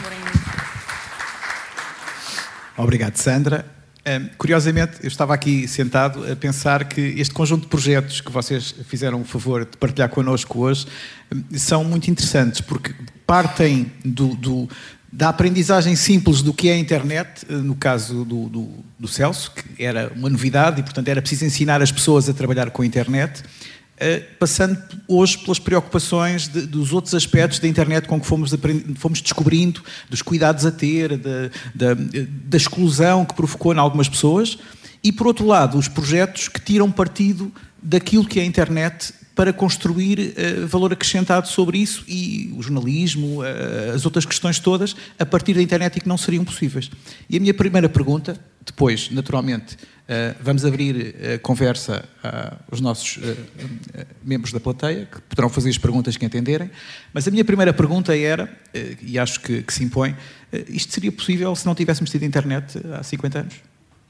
Obrigado, Sandra. Um, curiosamente, eu estava aqui sentado a pensar que este conjunto de projetos que vocês fizeram o favor de partilhar connosco hoje um, são muito interessantes, porque partem do... do da aprendizagem simples do que é a internet, no caso do, do, do Celso, que era uma novidade e, portanto, era preciso ensinar as pessoas a trabalhar com a internet, passando hoje pelas preocupações de, dos outros aspectos da internet com que fomos, fomos descobrindo, dos cuidados a ter, da, da, da exclusão que provocou em algumas pessoas, e, por outro lado, os projetos que tiram partido daquilo que é a internet para construir uh, valor acrescentado sobre isso e o jornalismo, uh, as outras questões todas, a partir da internet e que não seriam possíveis. E a minha primeira pergunta, depois, naturalmente, uh, vamos abrir a conversa aos nossos uh, uh, membros da plateia, que poderão fazer as perguntas que entenderem, mas a minha primeira pergunta era, uh, e acho que, que se impõe, uh, isto seria possível se não tivéssemos tido internet há cinquenta anos?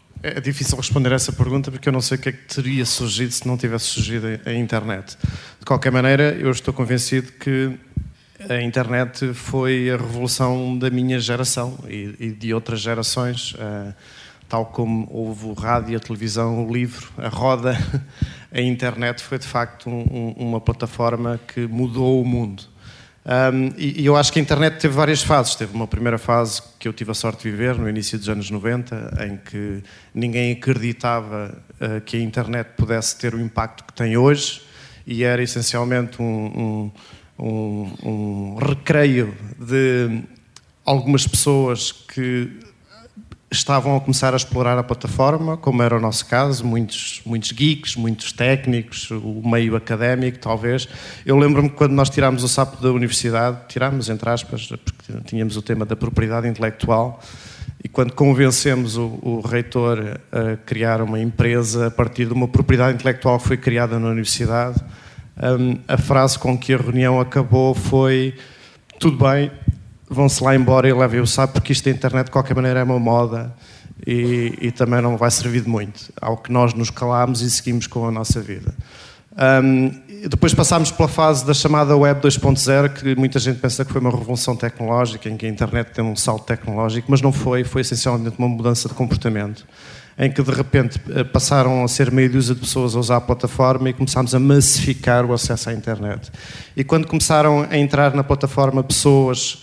É difícil responder a essa pergunta porque eu não sei o que é que teria surgido se não tivesse surgido a internet. De qualquer maneira, eu estou convencido que a internet foi a revolução da minha geração e, e de outras gerações, uh, tal como houve o rádio, a televisão, o livro, a roda. A internet foi de facto um, um, uma plataforma que mudou o mundo. Um, e, e eu acho que a internet teve várias fases. Teve uma primeira fase que eu tive a sorte de viver no início dos anos noventa, em que ninguém acreditava uh, que a internet pudesse ter o impacto que tem hoje, e era essencialmente um, um, um, um recreio de algumas pessoas que estavam a começar a explorar a plataforma, como era o nosso caso, muitos, muitos geeks, muitos técnicos, o meio académico, talvez. Eu lembro-me que quando nós tirámos o sapo da universidade, tirámos, entre aspas, porque tínhamos o tema da propriedade intelectual, e quando convencemos o, o reitor a criar uma empresa a partir de uma propriedade intelectual que foi criada na universidade, um, a frase com que a reunião acabou foi: tudo bem, vão-se lá embora e levem o sapo, porque isto da internet de qualquer maneira é uma moda e, e também não vai servir de muito. Ao que nós nos calámos e seguimos com a nossa vida. Um, depois passámos pela fase da chamada Web dois ponto zero, que muita gente pensa que foi uma revolução tecnológica, em que a internet tem um salto tecnológico, mas não foi, foi essencialmente uma mudança de comportamento, em que de repente passaram a ser meia dúzia de pessoas a usar a plataforma e começámos a massificar o acesso à internet. E quando começaram a entrar na plataforma pessoas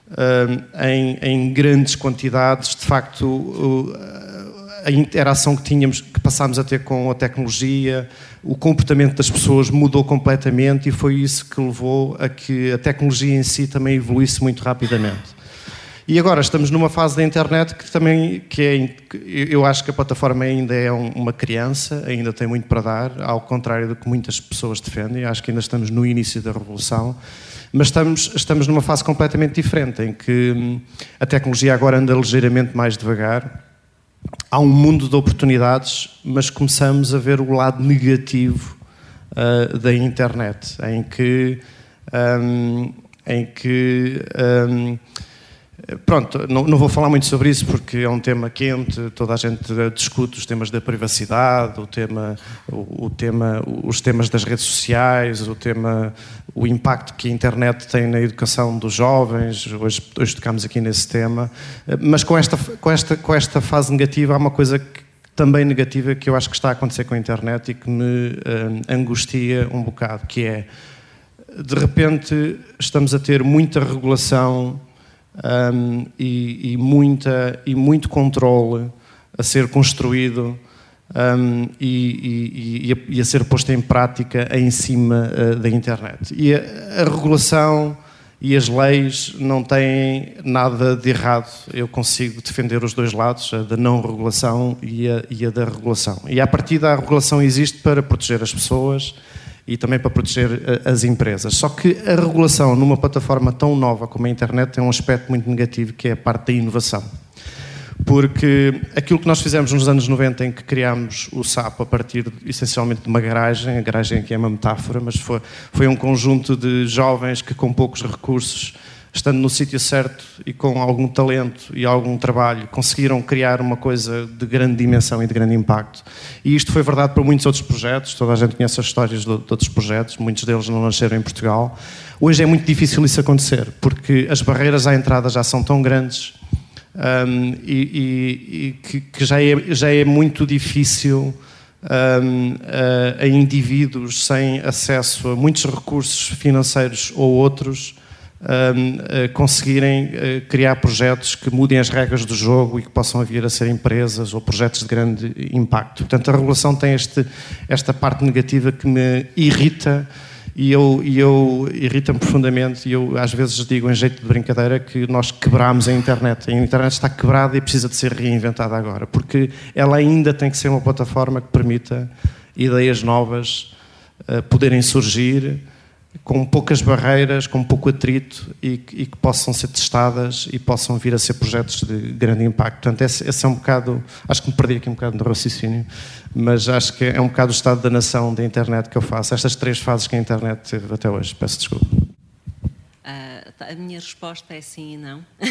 Uh, em, em grandes quantidades, de facto uh, a interação que tínhamos, que passámos a ter com a tecnologia, o comportamento das pessoas mudou completamente, e foi isso que levou a que a tecnologia em si também evoluísse muito rapidamente. E agora estamos numa fase da internet que também, que é, eu acho que a plataforma ainda é uma criança, ainda tem muito para dar, ao contrário do que muitas pessoas defendem. Acho que ainda estamos no início da revolução, mas estamos, estamos numa fase completamente diferente, em que a tecnologia agora anda ligeiramente mais devagar. Há um mundo de oportunidades, mas começamos a ver o lado negativo uh, da internet, em que... Um, em que um, pronto, não, não vou falar muito sobre isso porque é um tema quente, toda a gente discute os temas da privacidade, o tema, o, o tema, os temas das redes sociais, o tema, o impacto que a internet tem na educação dos jovens. Hoje, hoje tocamos aqui nesse tema, mas com esta, com esta, com esta fase negativa há uma coisa que, também negativa que eu acho que está a acontecer com a internet e que me um, angustia um bocado, que é, de repente estamos a ter muita regulação um, e, e, muita, e muito controle a ser construído um, e, e, e, a, e a ser posto em prática em cima uh, da internet. E a, a regulação e as leis não têm nada de errado. Eu consigo defender os dois lados, a da não regulação e a, e a da regulação. E à partida a regulação existe para proteger as pessoas e também para proteger as empresas. Só que a regulação numa plataforma tão nova como a internet tem um aspecto muito negativo, que é a parte da inovação. Porque aquilo que nós fizemos nos anos noventa, em que criámos o S A P a partir essencialmente de uma garagem, a garagem aqui é uma metáfora, mas foi, foi um conjunto de jovens que com poucos recursos, estando no sítio certo e com algum talento e algum trabalho, conseguiram criar uma coisa de grande dimensão e de grande impacto. E isto foi verdade para muitos outros projetos, toda a gente conhece as histórias de outros projetos, muitos deles não nasceram em Portugal. Hoje é muito difícil isso acontecer, porque as barreiras à entrada já são tão grandes um, e, e, e que, que já, é, já é muito difícil um, a, a indivíduos sem acesso a muitos recursos financeiros ou outros Um, uh, conseguirem uh, criar projetos que mudem as regras do jogo e que possam vir a ser empresas ou projetos de grande impacto. Portanto, a regulação tem este, esta parte negativa que me irrita e eu, e eu irrita-me profundamente, e eu às vezes digo em jeito de brincadeira que nós quebramos a internet. A internet está quebrada e precisa de ser reinventada agora, porque ela ainda tem que ser uma plataforma que permita ideias novas uh, poderem surgir com poucas barreiras, com pouco atrito e, e que possam ser testadas e possam vir a ser projetos de grande impacto. Portanto, esse, esse é um bocado, acho que me perdi aqui um bocado no raciocínio, mas acho que é um bocado o estado da nação da internet que eu faço, estas três fases que a internet teve até hoje. Peço desculpa. Uh, a minha resposta é sim e não. uh,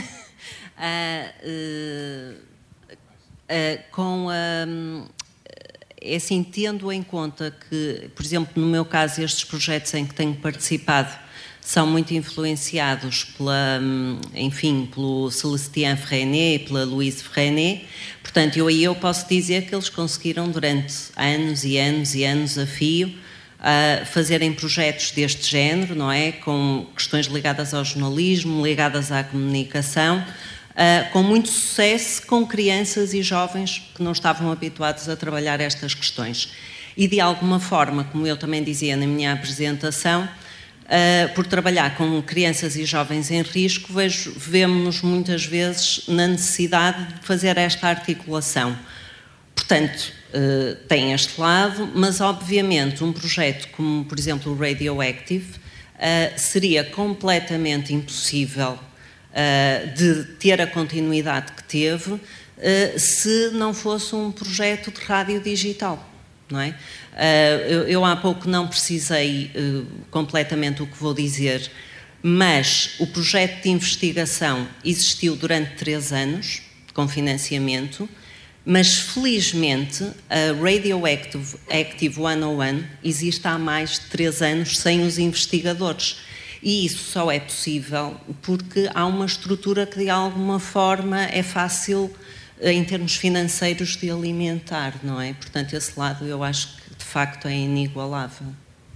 uh, uh, com a... Um, É assim, tendo em conta que, por exemplo, no meu caso, estes projetos em que tenho participado são muito influenciados pela, enfim, pelo Célestin Freinet, pela Louise Freinet, portanto, eu aí eu posso dizer que eles conseguiram durante anos e anos e anos a fio uh, fazerem projetos deste género, não é? Com questões ligadas ao jornalismo, ligadas à comunicação, Uh, com muito sucesso, com crianças e jovens que não estavam habituados a trabalhar estas questões. E, de alguma forma, como eu também dizia na minha apresentação, uh, por trabalhar com crianças e jovens em risco, vejo, vemos-nos muitas vezes na necessidade de fazer esta articulação. Portanto, uh, tem este lado, mas, obviamente, um projeto como, por exemplo, o Radioactive, uh, seria completamente impossível Uh, de ter a continuidade que teve uh, se não fosse um projeto de rádio digital, não é? Uh, eu, eu há pouco não precisei uh, completamente o que vou dizer, mas o projeto de investigação existiu durante três anos, com financiamento, mas felizmente a Radioactive Active cento e um existe há mais de três anos sem os investigadores. E isso só é possível porque há uma estrutura que de alguma forma é fácil em termos financeiros de alimentar, não é? Portanto, esse lado eu acho que de facto é inigualável.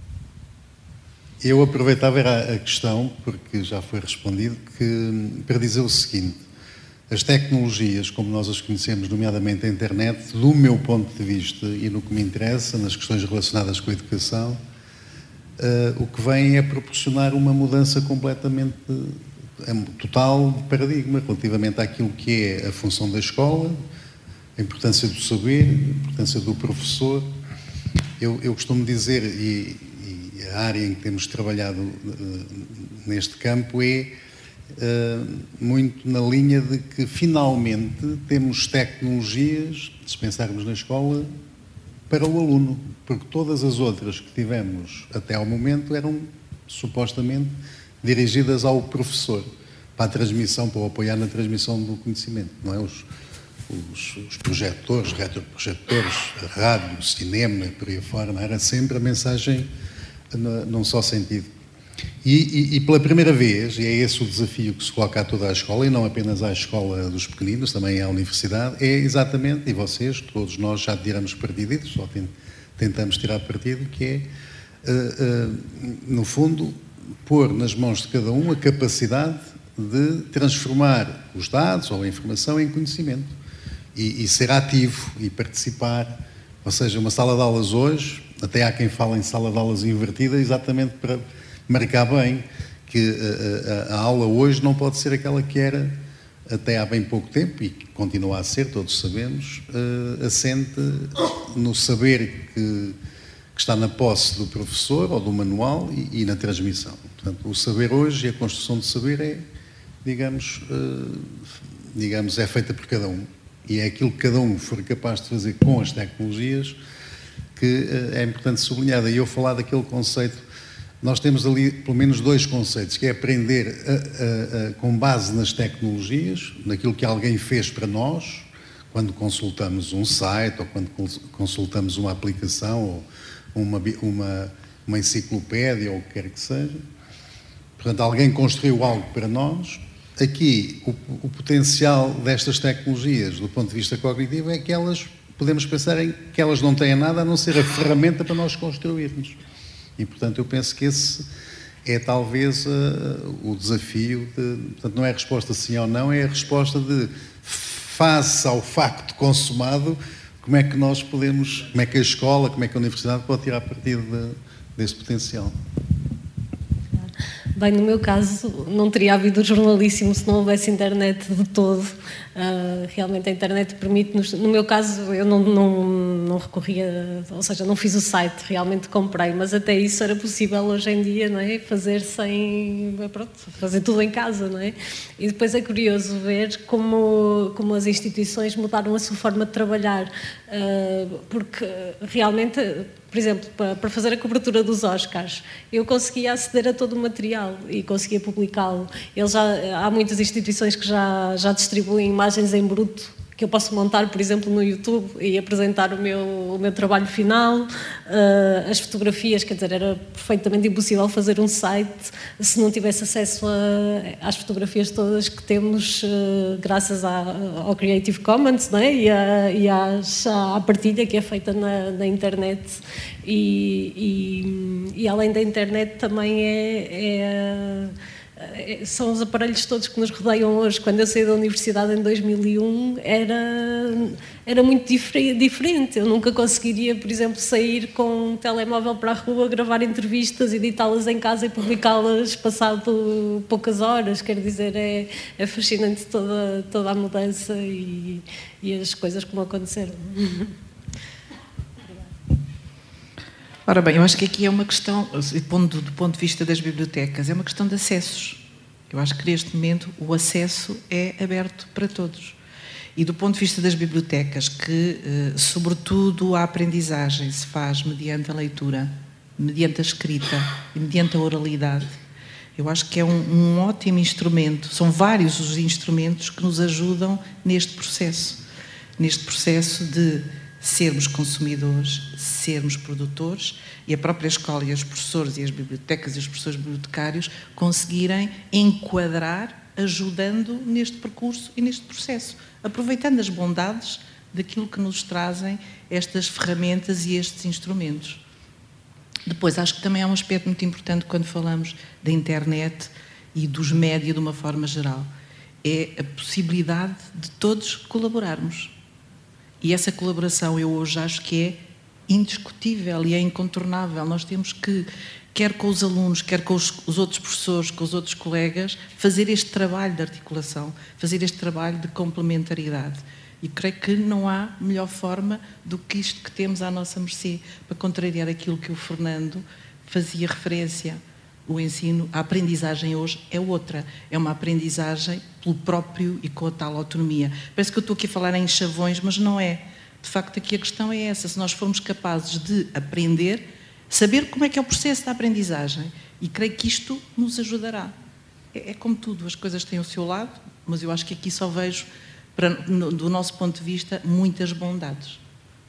Eu aproveitava era a questão, porque já foi respondido, que, para dizer o seguinte: as tecnologias, como nós as conhecemos, nomeadamente a internet, do meu ponto de vista e no que me interessa, nas questões relacionadas com a educação, Uh, o que vem é proporcionar uma mudança completamente é um total paradigma relativamente àquilo que é a função da escola, a importância do saber, a importância do professor. Eu, eu costumo dizer, e, e a área em que temos trabalhado uh, neste campo é uh, muito na linha de que finalmente temos tecnologias, se pensarmos na escola, para o aluno, porque todas as outras que tivemos até ao momento eram supostamente dirigidas ao professor, para a transmissão, para o apoiar na transmissão do conhecimento, não é? Os, os, os projetores, retroprojetores, a rádio, o cinema, por aí fora, não era sempre a mensagem num só sentido. E, e, e pela primeira vez, e é esse o desafio que se coloca a toda a escola, e não apenas à escola dos pequeninos, também à universidade, é exatamente, e vocês, todos nós já tiramos partido disso, só tentamos tirar partido, que é, uh, uh, no fundo, pôr nas mãos de cada um a capacidade de transformar os dados ou a informação em conhecimento e, e ser ativo e participar. Ou seja, uma sala de aulas hoje, até há quem fala em sala de aulas invertida, exatamente para marcar bem que a, a, a aula hoje não pode ser aquela que era até há bem pouco tempo, e que continua a ser, todos sabemos, uh, assente no saber que, que está na posse do professor ou do manual e, e na transmissão. Portanto, o saber hoje e a construção de saber é, digamos, uh, digamos, é feita por cada um. E é aquilo que cada um for capaz de fazer com as tecnologias que uh, é importante sublinhar. E eu falar daquele conceito. Nós temos ali pelo menos dois conceitos, que é aprender a, a, a, com base nas tecnologias, naquilo que alguém fez para nós, quando consultamos um site, ou quando consultamos uma aplicação, ou uma, uma, uma enciclopédia, ou o que quer que seja. Portanto, alguém construiu algo para nós. Aqui, o, o potencial destas tecnologias, do ponto de vista cognitivo, é que elas, podemos pensar em que elas não têm nada a não ser a ferramenta para nós construirmos. E, portanto, eu penso que esse é talvez uh, o desafio de... Portanto, não é a resposta sim ou não, é a resposta de, face ao facto consumado, como é que nós podemos, como é que a escola, como é que a universidade pode tirar partido de, desse potencial. Bem, no meu caso, não teria havido jornalíssimo se não houvesse internet de todo. Uh, realmente a internet permite-nos... No meu caso, eu não, não, não recorria... Ou seja, não fiz o site, realmente comprei, mas até isso era possível hoje em dia, não é? Fazer sem... Pronto, fazer tudo em casa, não é? E depois é curioso ver como, como as instituições mudaram a sua forma de trabalhar, uh, porque realmente... Por exemplo, para fazer a cobertura dos Oscars, eu conseguia aceder a todo o material e conseguia publicá-lo. Eles já, há muitas instituições que já, já distribuem imagens em bruto, que eu posso montar, por exemplo, no YouTube e apresentar o meu, o meu trabalho final. Uh, as fotografias, quer dizer, era perfeitamente impossível fazer um site se não tivesse acesso a, às fotografias todas que temos uh, graças à, ao Creative Commons, não é? E, a, e às, à partilha que é feita na, na internet. E, e, e além da internet também é... é são os aparelhos todos que nos rodeiam hoje. Quando eu saí da universidade em dois mil e um era, era muito diferente. Eu nunca conseguiria, por exemplo, sair com um telemóvel para a rua, gravar entrevistas, editá-las em casa e publicá-las passado poucas horas. Quer dizer, é, é fascinante toda, toda a mudança e, e as coisas como aconteceram. Ora bem, eu acho que aqui é uma questão, do ponto, do ponto de vista das bibliotecas, é uma questão de acessos. Eu acho que neste momento o acesso é aberto para todos. E do ponto de vista das bibliotecas, que sobretudo a aprendizagem se faz mediante a leitura, mediante a escrita e mediante a oralidade, eu acho que é um, um ótimo instrumento. São vários os instrumentos que nos ajudam neste processo. Neste processo de sermos consumidores, sermos produtores, e a própria escola e os professores e as bibliotecas e os professores bibliotecários conseguirem enquadrar, ajudando neste percurso e neste processo, aproveitando as bondades daquilo que nos trazem estas ferramentas e estes instrumentos. Depois, acho que também há um aspecto muito importante quando falamos da internet e dos média de uma forma geral. É a possibilidade de todos colaborarmos. E essa colaboração eu hoje acho que é indiscutível e é incontornável. Nós temos que, quer com os alunos, quer com os, os outros professores, com os outros colegas, fazer este trabalho de articulação, fazer este trabalho de complementaridade. E creio que não há melhor forma do que isto que temos à nossa mercê para contrariar aquilo que o Fernando fazia referência. O ensino, a aprendizagem hoje é outra. É uma aprendizagem pelo próprio e com a tal autonomia. Parece que eu estou aqui a falar em chavões, mas não é. De facto, aqui a questão é essa. Se nós formos capazes de aprender, saber como é que é o processo da aprendizagem. E creio que isto nos ajudará. É, é como tudo, as coisas têm o seu lado, mas eu acho que aqui só vejo, para, no, do nosso ponto de vista, muitas bondades.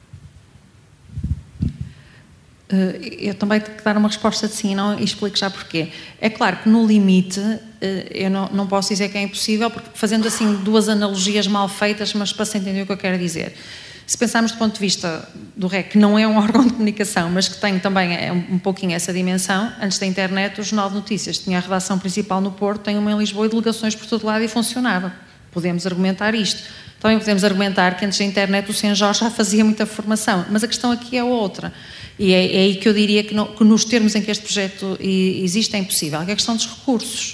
Eu também tenho que dar uma resposta de sim, não, e explico já porquê. É claro que no limite, eu não, não posso dizer que é impossível, porque fazendo assim duas analogias mal feitas, mas para se entender o que eu quero dizer. Se pensarmos do ponto de vista do R E C, que não é um órgão de comunicação, mas que tem também um, um pouquinho essa dimensão, antes da internet, o Jornal de Notícias tinha a redação principal no Porto, tem uma em Lisboa e delegações por todo lado e funcionava. Podemos argumentar isto. Também podemos argumentar que antes da internet o São Jorge já fazia muita formação, mas a questão aqui é outra. E é, é aí que eu diria que, não, que nos termos em que este projeto existe é impossível, que é a questão dos recursos.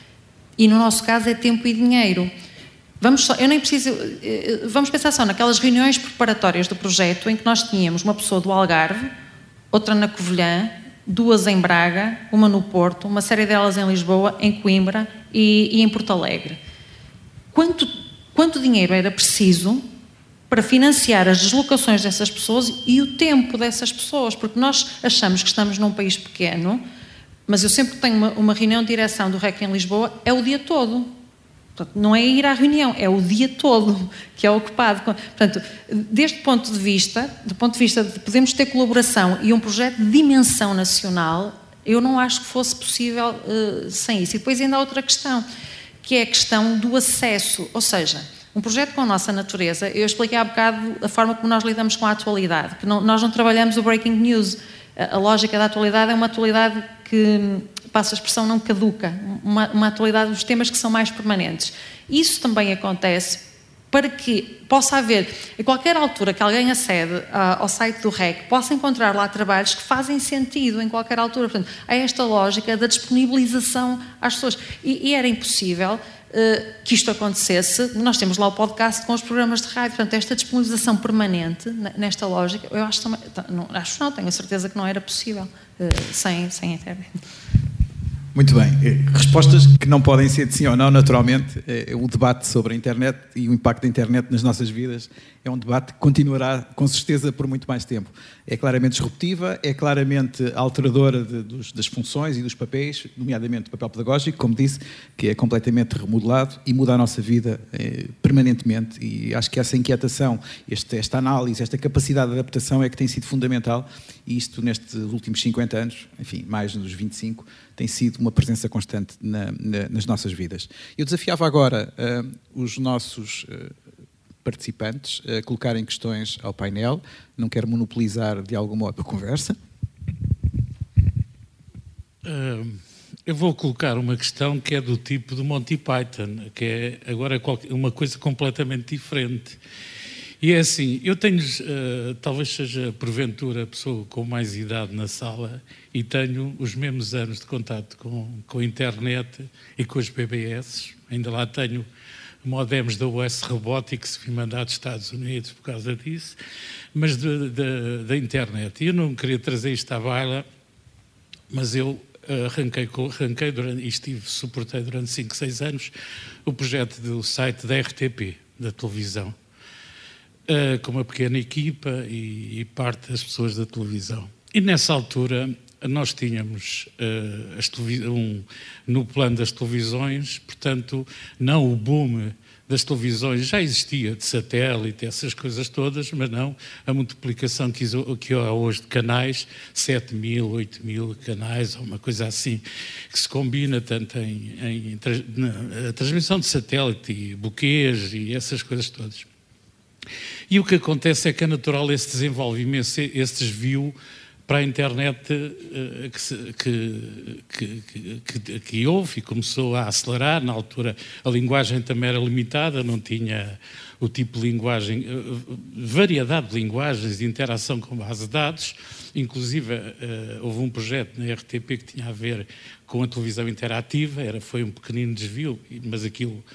E no nosso caso é tempo e dinheiro. Vamos só, eu nem preciso, vamos pensar só naquelas reuniões preparatórias do projeto em que nós tínhamos uma pessoa do Algarve, outra na Covilhã, duas em Braga, uma no Porto, uma série delas em Lisboa, em Coimbra e, e em Porto Alegre. Quanto, quanto dinheiro era preciso para financiar as deslocações dessas pessoas e o tempo dessas pessoas? Porque nós achamos que estamos num país pequeno, mas eu sempre que tenho uma, uma reunião de direção do R E C em Lisboa, é o dia todo. Portanto, não é ir à reunião, é o dia todo que é ocupado. Portanto, deste ponto de vista, do ponto de vista de podermos ter colaboração e um projeto de dimensão nacional, eu não acho que fosse possível uh, sem isso. E depois ainda há outra questão, que é a questão do acesso, ou seja, um projeto com a nossa natureza. Eu expliquei há bocado a forma como nós lidamos com a atualidade, que não, nós não trabalhamos o breaking news. A, a lógica da atualidade é uma atualidade que, passa a expressão, não caduca, uma, uma atualidade dos temas que são mais permanentes. Isso também acontece para que possa haver, a qualquer altura que alguém acede uh, ao site do R E C, possa encontrar lá trabalhos que fazem sentido em qualquer altura. Portanto, há esta lógica da disponibilização às pessoas. E, e era impossível uh, que isto acontecesse. Nós temos lá o podcast com os programas de rádio. Portanto, esta disponibilização permanente, nesta lógica, eu acho também, não, acho não, tenho a certeza que não era possível uh, sem, sem a internet. Muito bem. Respostas que não podem ser de sim ou não, naturalmente. O debate sobre a internet e o impacto da internet nas nossas vidas é um debate que continuará, com certeza, por muito mais tempo. É claramente disruptiva, é claramente alteradora de, dos, das funções e dos papéis, nomeadamente o papel pedagógico, como disse, que é completamente remodelado e muda a nossa vida eh, permanentemente. E acho que essa inquietação, este, esta análise, esta capacidade de adaptação é que tem sido fundamental, e isto nestes últimos cinquenta anos, enfim, mais nos vinte e cinco, tem sido uma presença constante na, na, nas nossas vidas. Eu desafiava agora uh, os nossos uh, participantes a colocarem questões ao painel. Não quero monopolizar de algum modo a conversa. Uh, eu vou colocar uma questão que é do tipo do Monty Python, que é agora uma coisa completamente diferente. E é assim, eu tenho, uh, talvez seja porventura a pessoa com mais idade na sala e tenho os mesmos anos de contato com, com a internet e com as B B S. Ainda lá tenho modems da U S Robotics que fui mandado dos Estados Unidos por causa disso, mas de, de, da internet. Eu não queria trazer isto à baila, mas eu arranquei, arranquei durante, e estive, suportei durante cinco, seis anos o projeto do site da R T P, da televisão. Uh, com uma pequena equipa e, e parte das pessoas da televisão. E nessa altura nós tínhamos uh, as um, no plano das televisões, portanto, não o boom das televisões, já existia de satélite, essas coisas todas, mas não a multiplicação que, que há hoje de canais, sete mil, oito mil canais, ou uma coisa assim, que se combina tanto em, em, em na, a transmissão de satélite e buquês e essas coisas todas. E o que acontece é que é natural esse desenvolvimento, esse desvio para a internet que, se, que, que, que, que houve e começou a acelerar. Na altura a linguagem também era limitada, não tinha o tipo de linguagem, variedade de linguagens de interação com base de dados. Inclusive houve um projeto na R T P que tinha a ver com a televisão interativa, era, foi um pequenino desvio, mas aquilo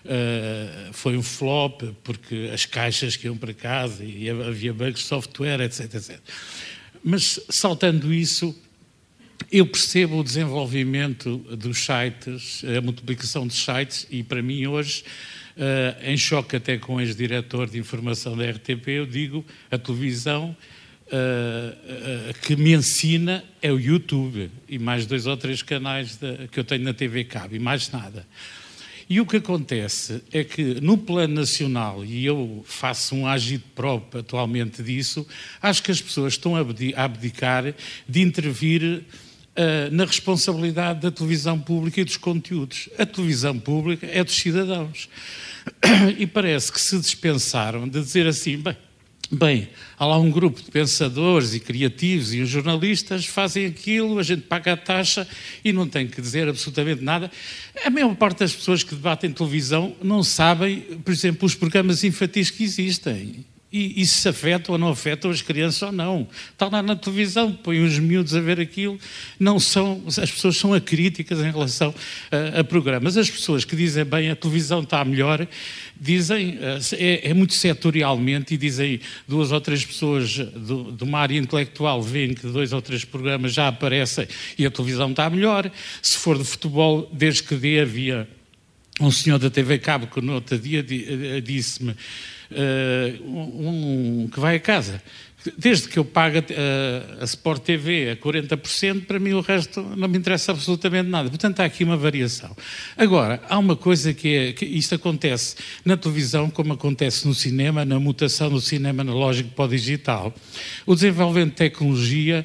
uh, foi um flop, porque as caixas que iam para casa e havia bugs de software, etc, etcétera. Mas, saltando isso, eu percebo o desenvolvimento dos sites, a multiplicação dos sites, e para mim hoje, uh, em choque até com o ex-diretor de informação da R T P, eu digo, a televisão uh, uh, que me ensina é o YouTube, e mais dois ou três canais de, que eu tenho na T V Cabo, e mais nada. E o que acontece é que, no plano nacional, e eu faço um agito próprio atualmente disso, acho que as pessoas estão a abdicar de intervir uh, na responsabilidade da televisão pública e dos conteúdos. A televisão pública é dos cidadãos. E parece que se dispensaram de dizer assim, bem, Bem, há lá um grupo de pensadores e criativos e os jornalistas fazem aquilo, a gente paga a taxa e não tem que dizer absolutamente nada. A maior parte das pessoas que debatem televisão não sabem, por exemplo, os programas infantis que existem. E, e se afetam ou não afetam as crianças ou não. Está lá na televisão, põem os miúdos a ver aquilo. Não são, as pessoas são acríticas em relação a, a programas. As pessoas que dizem, bem, a televisão está melhor, dizem, é, é muito setorialmente, e dizem duas ou três pessoas do, de uma área intelectual, veem que dois ou três programas já aparecem e a televisão está melhor. Se for de futebol, desde que dê, havia um senhor da T V Cabo que no outro dia disse-me, Uh, um, um, que vai a casa, desde que eu pago a, a Sport T V a quarenta por cento, para mim o resto não me interessa absolutamente nada. Portanto, há aqui uma variação. Agora, há uma coisa que é, que isto acontece na televisão como acontece no cinema, na mutação do cinema analógico para o digital. O desenvolvimento de tecnologia,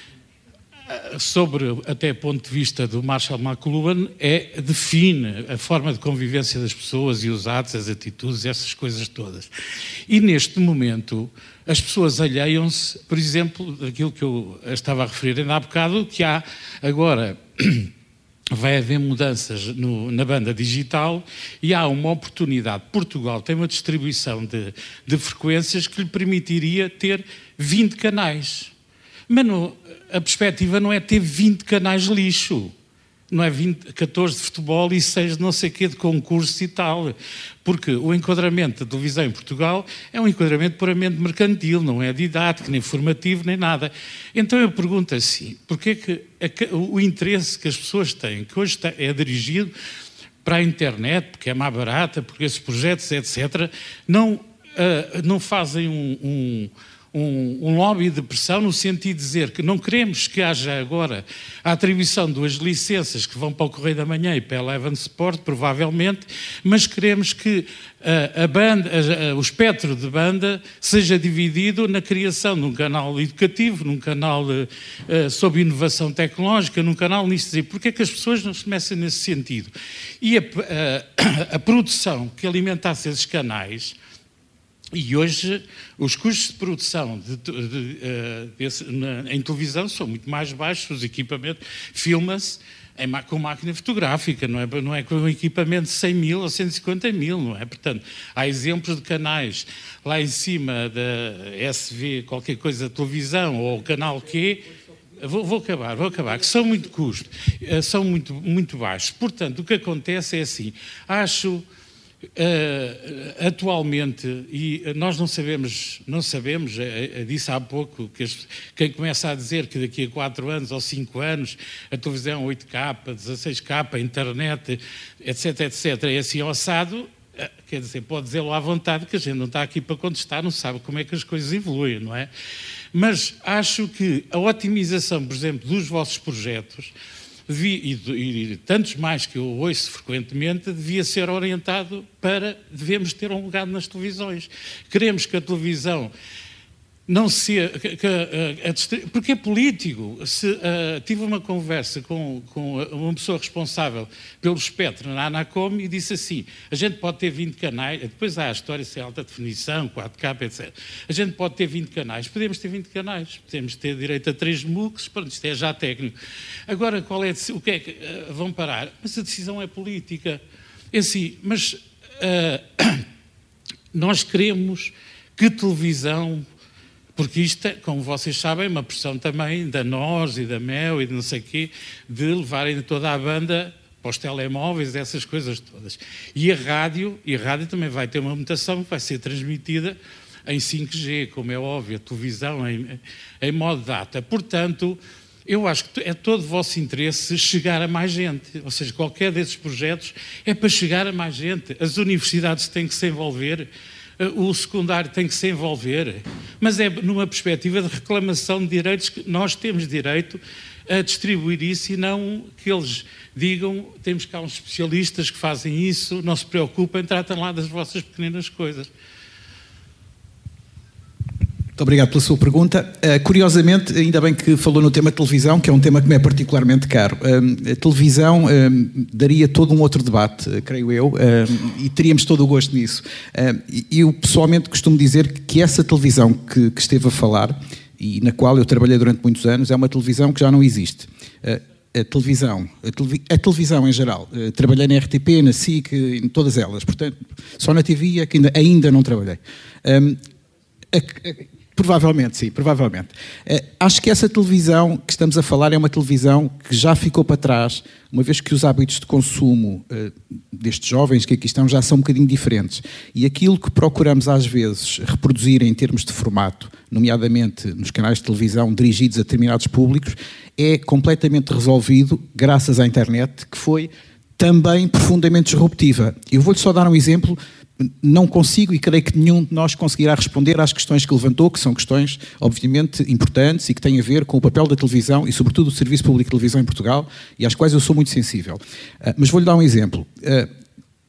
sobre até ponto de vista do Marshall McLuhan, é, define a forma de convivência das pessoas e os atos, as atitudes, essas coisas todas. E neste momento as pessoas alheiam-se, por exemplo, daquilo que eu estava a referir ainda há bocado, que há agora vai haver mudanças no, na banda digital e há uma oportunidade. Portugal tem uma distribuição de, de frequências que lhe permitiria ter vinte canais. Mas no, a perspectiva não é ter vinte canais lixo, não é vinte, catorze de futebol e seis de não sei o quê de concurso e tal, porque o enquadramento da televisão em Portugal é um enquadramento puramente mercantil, não é didático, nem formativo, nem nada. Então eu pergunto assim, porque é que o interesse que as pessoas têm, que hoje é dirigido para a internet, porque é mais barata, porque esses projetos, etcétera, não, uh, não fazem um... um Um, um lobby de pressão no sentido de dizer que não queremos que haja agora a atribuição de duas licenças que vão para o Correio da Manhã e para a Eleven Sport, provavelmente, mas queremos que a, a banda, a, a, o espectro de banda seja dividido na criação de um canal educativo, num canal uh, sobre inovação tecnológica, num canal nisto. Porque é que as pessoas não se começam nesse sentido? E a, a, a produção que alimentasse esses canais. E hoje os custos de produção de, de, de, desse, na, em televisão são muito mais baixos, os equipamentos filma-se com máquina fotográfica, não é, não é com um equipamento de cem mil ou cento e cinquenta mil, não é? Portanto, há exemplos de canais lá em cima da S V, qualquer coisa de televisão, ou o canal Q, vou, vou acabar, vou acabar, que são muito custos, são muito, muito baixos. Portanto, o que acontece é assim, acho... Uh, atualmente, e nós não sabemos, não sabemos, uh, disse há pouco, que as, quem começa a dizer que daqui a quatro anos ou cinco anos a televisão oito K, dezasseis K, a internet, etc, etcétera, é assim ossado, uh, quer dizer, pode dizê-lo à vontade, que a gente não está aqui para contestar, não sabe como é que as coisas evoluem, não é? Mas acho que a otimização, por exemplo, dos vossos projetos, devia, e, e tantos mais que eu ouço frequentemente, devia ser orientado para devemos ter um legado nas televisões. Queremos que a televisão não se... Que, que, a, a, porque é político. Se, uh, tive uma conversa com, com uma pessoa responsável pelo espectro na Anacom e disse assim, a gente pode ter vinte canais, depois há a história sem alta definição, quatro K, etcétera. A gente pode ter vinte canais, podemos ter vinte canais, podemos ter direito a três M U Cs, pronto, isto é já técnico. Agora, qual é, o que é que uh, vão parar? Mas a decisão é política. É assim, mas uh, nós queremos que televisão... Porque isto, como vocês sabem, é uma pressão também da Nós e da Mel e de não sei o quê, de levarem toda a banda para os telemóveis, essas coisas todas. E a rádio, e a rádio também vai ter uma mutação que vai ser transmitida em cinco G, como é óbvio, a televisão em, em modo data. Portanto, eu acho que é todo o vosso interesse chegar a mais gente. Ou seja, qualquer desses projetos é para chegar a mais gente. As universidades têm que se envolver, o secundário tem que se envolver, mas é numa perspectiva de reclamação de direitos, que nós temos direito a distribuir isso e não que eles digam, temos cá uns especialistas que fazem isso, não se preocupem, tratam lá das vossas pequenas coisas. Muito obrigado pela sua pergunta. Uh, curiosamente, ainda bem que falou no tema televisão, que é um tema que me é particularmente caro. Uh, a televisão uh, daria todo um outro debate, uh, creio eu, uh, e teríamos todo o gosto nisso. Uh, e eu pessoalmente costumo dizer que essa televisão que, que esteve a falar, e na qual eu trabalhei durante muitos anos, é uma televisão que já não existe. Uh, a televisão, a, televi a televisão em geral, uh, trabalhei na R T P, na S I C, em todas elas, portanto, só na T V é que ainda, ainda não trabalhei. Um, a, a, Provavelmente, sim, provavelmente. Uh, acho que essa televisão que estamos a falar é uma televisão que já ficou para trás, uma vez que os hábitos de consumo uh, destes jovens que aqui estão já são um bocadinho diferentes. E aquilo que procuramos às vezes reproduzir em termos de formato, nomeadamente nos canais de televisão dirigidos a determinados públicos, é completamente resolvido graças à internet, que foi também profundamente disruptiva. Eu vou-lhe só dar um exemplo. Não consigo e creio que nenhum de nós conseguirá responder às questões que levantou, que são questões obviamente importantes e que têm a ver com o papel da televisão e sobretudo do Serviço Público de Televisão em Portugal e às quais eu sou muito sensível. Uh, mas vou-lhe dar um exemplo. Uh,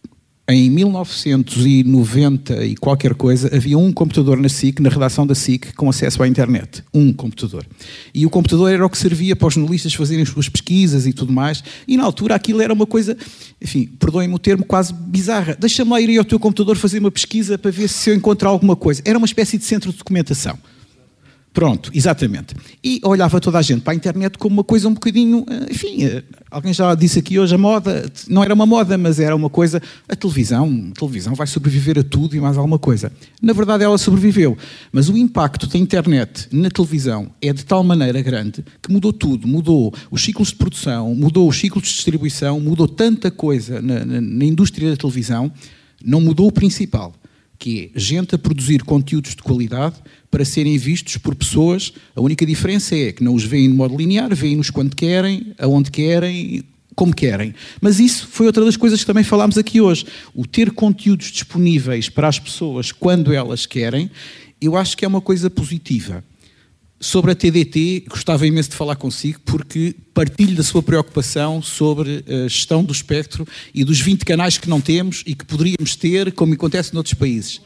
em mil novecentos e noventa e qualquer coisa, havia um computador na S I C, na redação da S I C, com acesso à internet. Um computador. E o computador era o que servia para os jornalistas fazerem as suas pesquisas e tudo mais. E na altura aquilo era uma coisa, enfim, perdoem-me o termo, quase bizarra. Deixa-me lá ir ao teu computador fazer uma pesquisa para ver se eu encontro alguma coisa. Era uma espécie de centro de documentação. Pronto, exatamente. E olhava toda a gente para a internet como uma coisa um bocadinho, enfim, alguém já disse aqui hoje a moda, não era uma moda, mas era uma coisa, a televisão, a televisão vai sobreviver a tudo e mais alguma coisa. Na verdade ela sobreviveu, mas o impacto da internet na televisão é de tal maneira grande que mudou tudo, mudou os ciclos de produção, mudou os ciclos de distribuição, mudou tanta coisa na, na, na indústria da televisão, não mudou o principal, que é gente a produzir conteúdos de qualidade para serem vistos por pessoas. A única diferença é que não os veem de modo linear, veem-nos quando querem, aonde querem, como querem. Mas isso foi outra das coisas que também falámos aqui hoje. O ter conteúdos disponíveis para as pessoas quando elas querem, eu acho que é uma coisa positiva. Sobre a T D T, gostava imenso de falar consigo, porque partilho da sua preocupação sobre a gestão do espectro e dos vinte canais que não temos e que poderíamos ter, como acontece noutros países.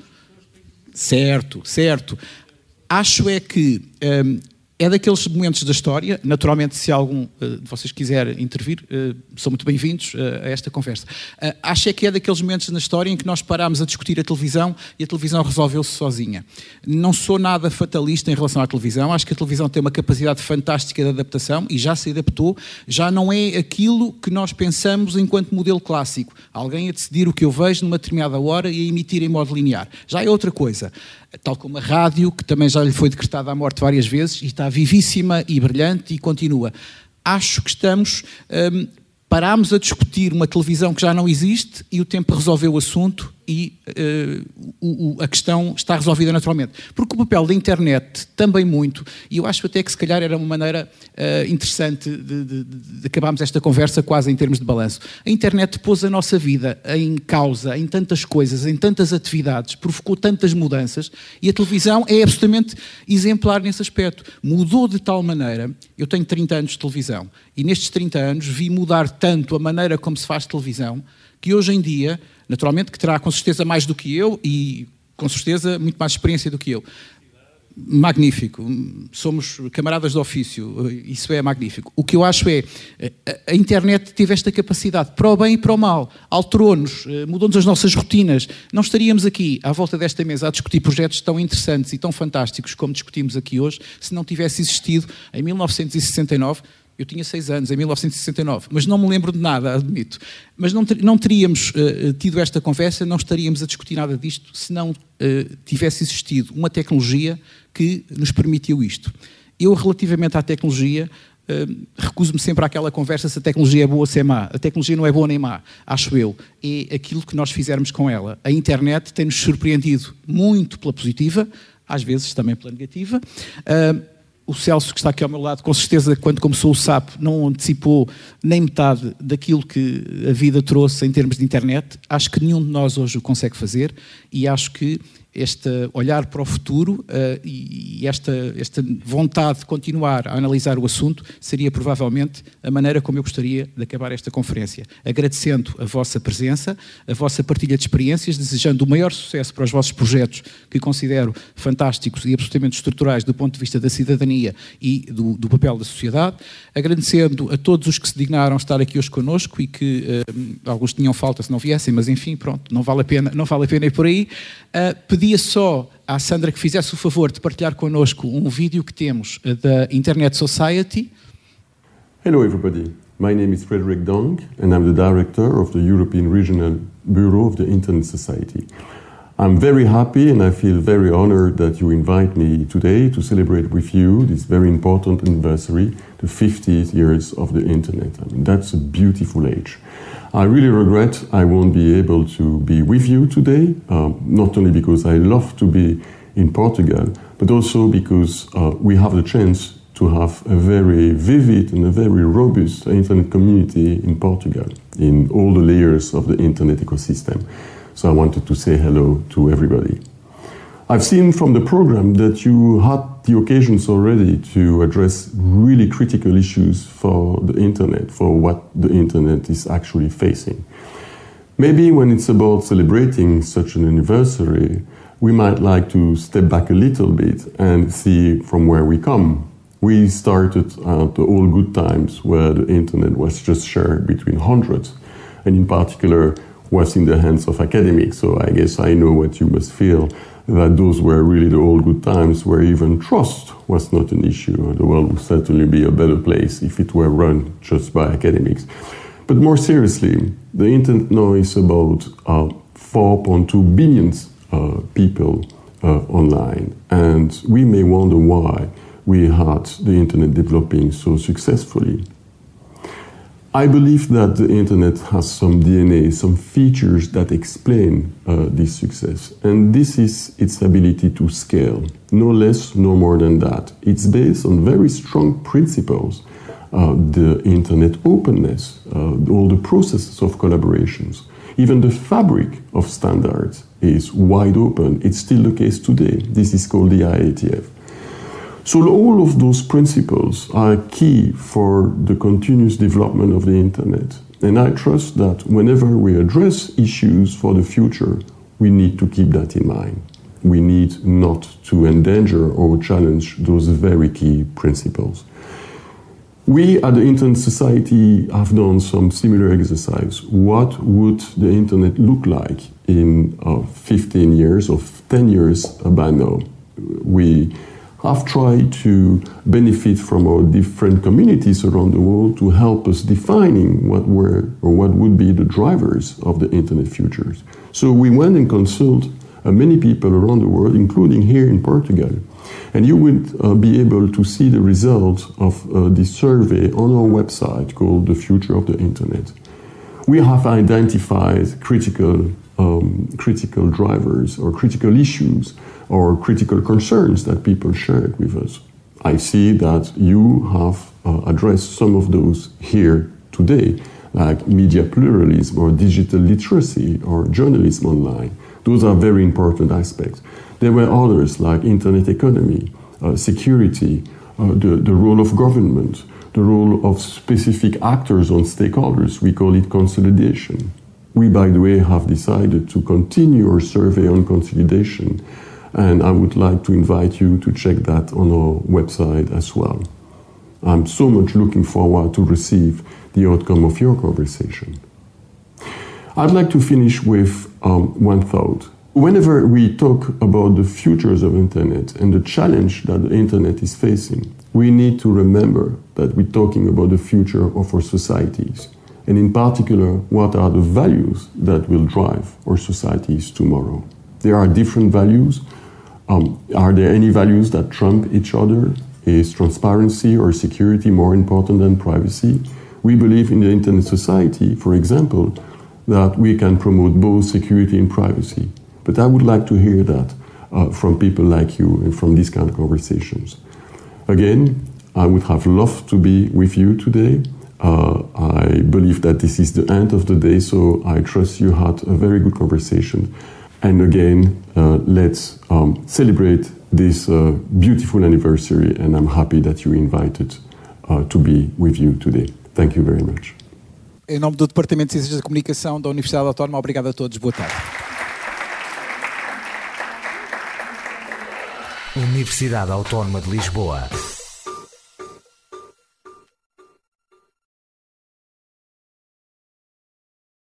Certo, certo. Acho é que hum, é daqueles momentos da história, naturalmente se algum uh, de vocês quiser intervir, uh, são muito bem-vindos uh, a esta conversa. Uh, acho é que é daqueles momentos na história em que nós parámos a discutir a televisão e a televisão resolveu-se sozinha. Não sou nada fatalista em relação à televisão, acho que a televisão tem uma capacidade fantástica de adaptação e já se adaptou, já não é aquilo que nós pensamos enquanto modelo clássico. Alguém a decidir o que eu vejo numa determinada hora e a emitir em modo linear. Já é outra coisa. Tal como a rádio, que também já lhe foi decretada a morte várias vezes e está vivíssima e brilhante e continua. Acho que estamos, um, parámos a discutir uma televisão que já não existe e o tempo resolveu o assunto e uh, o, o, a questão está resolvida naturalmente. Porque o papel da internet também muito, e eu acho até que se calhar era uma maneira uh, interessante de, de, de acabarmos esta conversa quase em termos de balanço. A internet pôs a nossa vida em causa, em tantas coisas, em tantas atividades, provocou tantas mudanças e a televisão é absolutamente exemplar nesse aspecto. Mudou de tal maneira, eu tenho trinta anos de televisão e nestes trinta anos vi mudar tanto a maneira como se faz televisão que hoje em dia, naturalmente que terá com certeza mais do que eu e com certeza muito mais experiência do que eu. magnífico. Somos camaradas de ofício. Isso é magnífico. O que eu acho é a internet teve esta capacidade para o bem e para o mal. Alterou-nos, mudou-nos as nossas rotinas. Não estaríamos aqui à volta desta mesa a discutir projetos tão interessantes e tão fantásticos como discutimos aqui hoje se não tivesse existido em mil novecentos e sessenta e nove. Eu tinha seis anos, em mil novecentos e sessenta e nove, mas não me lembro de nada, admito. Mas não, ter, não teríamos uh, tido esta conversa, não estaríamos a discutir nada disto se não uh, tivesse existido uma tecnologia que nos permitiu isto. Eu, relativamente à tecnologia, uh, recuso-me sempre àquela conversa se a tecnologia é boa ou se é má. A tecnologia não é boa nem má, acho eu. É aquilo que nós fizermos com ela. A internet tem-nos surpreendido muito pela positiva, às vezes também pela negativa. Uh, O Celso, que está aqui ao meu lado, com certeza, quando começou o S A P, não antecipou nem metade daquilo que a vida trouxe em termos de internet. Acho que nenhum de nós hoje o consegue fazer e acho que este olhar para o futuro uh, e esta, esta vontade de continuar a analisar o assunto seria provavelmente a maneira como eu gostaria de acabar esta conferência. Agradecendo a vossa presença, a vossa partilha de experiências, desejando o maior sucesso para os vossos projetos, que considero fantásticos e absolutamente estruturais do ponto de vista da cidadania e do, do papel da sociedade. Agradecendo a todos os que se dignaram estar aqui hoje connosco e que uh, alguns tinham falta se não viessem, mas enfim, pronto, não vale a pena, não vale a pena ir por aí. Uh, pedia só à Sandra que fizesse o favor de partilhar connosco um vídeo que temos da Internet Society. Hello everybody, my name is Frederick Dong and I'm the director of the European Regional Bureau of the Internet Society. I'm very happy and I feel very honored that you invite me today to celebrate with you this very important anniversary, the fiftieth years of the Internet. I mean, that's a beautiful age. I really regret I won't be able to be with you today, uh, not only because I love to be in Portugal, but also because uh, we have the chance to have a very vivid and a very robust internet community in Portugal, in all the layers of the internet ecosystem. So I wanted to say hello to everybody. I've seen from the program that you had the occasions already to address really critical issues for the internet, for what the internet is actually facing. Maybe when it's about celebrating such an anniversary, we might like to step back a little bit and see from where we come. We started at the old good times where the internet was just shared between hundreds, and in particular was in the hands of academics. So I guess I know what you must feel, that those were really the old good times where even trust was not an issue. The world would certainly be a better place if it were run just by academics. But more seriously, the internet now is about uh, four point two billion uh, people uh, online. And we may wonder why we had the internet developing so successfully. I believe that the internet has some D N A, some features that explain uh, this success. And this is its ability to scale, no less, no more than that. It's based on very strong principles. Uh, the internet openness, uh, all the processes of collaborations, even the fabric of standards is wide open. It's still the case today. This is called the I A T F. So all of those principles are key for the continuous development of the internet. And I trust that whenever we address issues for the future, we need to keep that in mind. We need not to endanger or challenge those very key principles. We at the Internet Society have done some similar exercise. What would the internet look like in uh, fifteen years or ten years by now? We have tried to benefit from our different communities around the world to help us defining what were or what would be the drivers of the internet futures. So we went and consulted uh, many people around the world, including here in Portugal. And you would uh, be able to see the results of uh, this survey on our website called The Future of the Internet. We have identified critical, um, critical drivers or critical issues or critical concerns that people shared with us. I see that you have uh, addressed some of those here today, like media pluralism or digital literacy or journalism online. Those are very important aspects. There were others like internet economy, uh, security, uh, the, the role of government, the role of specific actors on stakeholders. We call it consolidation. We, by the way, have decided to continue our survey on consolidation And I would like to invite you to check that on our website as well. I'm so much looking forward to receive the outcome of your conversation. I'd like to finish with um, one thought. Whenever we talk about the futures of internet and the challenge that the internet is facing, we need to remember that we're talking about the future of our societies, and in particular, what are the values that will drive our societies tomorrow. There are different values. Um, are there any values that trump each other? Is transparency or security more important than privacy? We believe in the internet society, for example, that we can promote both security and privacy. But I would like to hear that uh, from people like you and from these kind of conversations. Again, I would have loved to be with you today. Uh, I believe that this is the end of the day, so I trust you had a very good conversation. And again, uh, let's um, celebrate this uh, beautiful anniversary, and I'm happy that you invited uh, to be with you today. Thank you very much. Em nome do Departamento de Ciências da Comunicação da Universidade Autónoma, obrigado a todos. Boa tarde. Universidade Autónoma de Lisboa.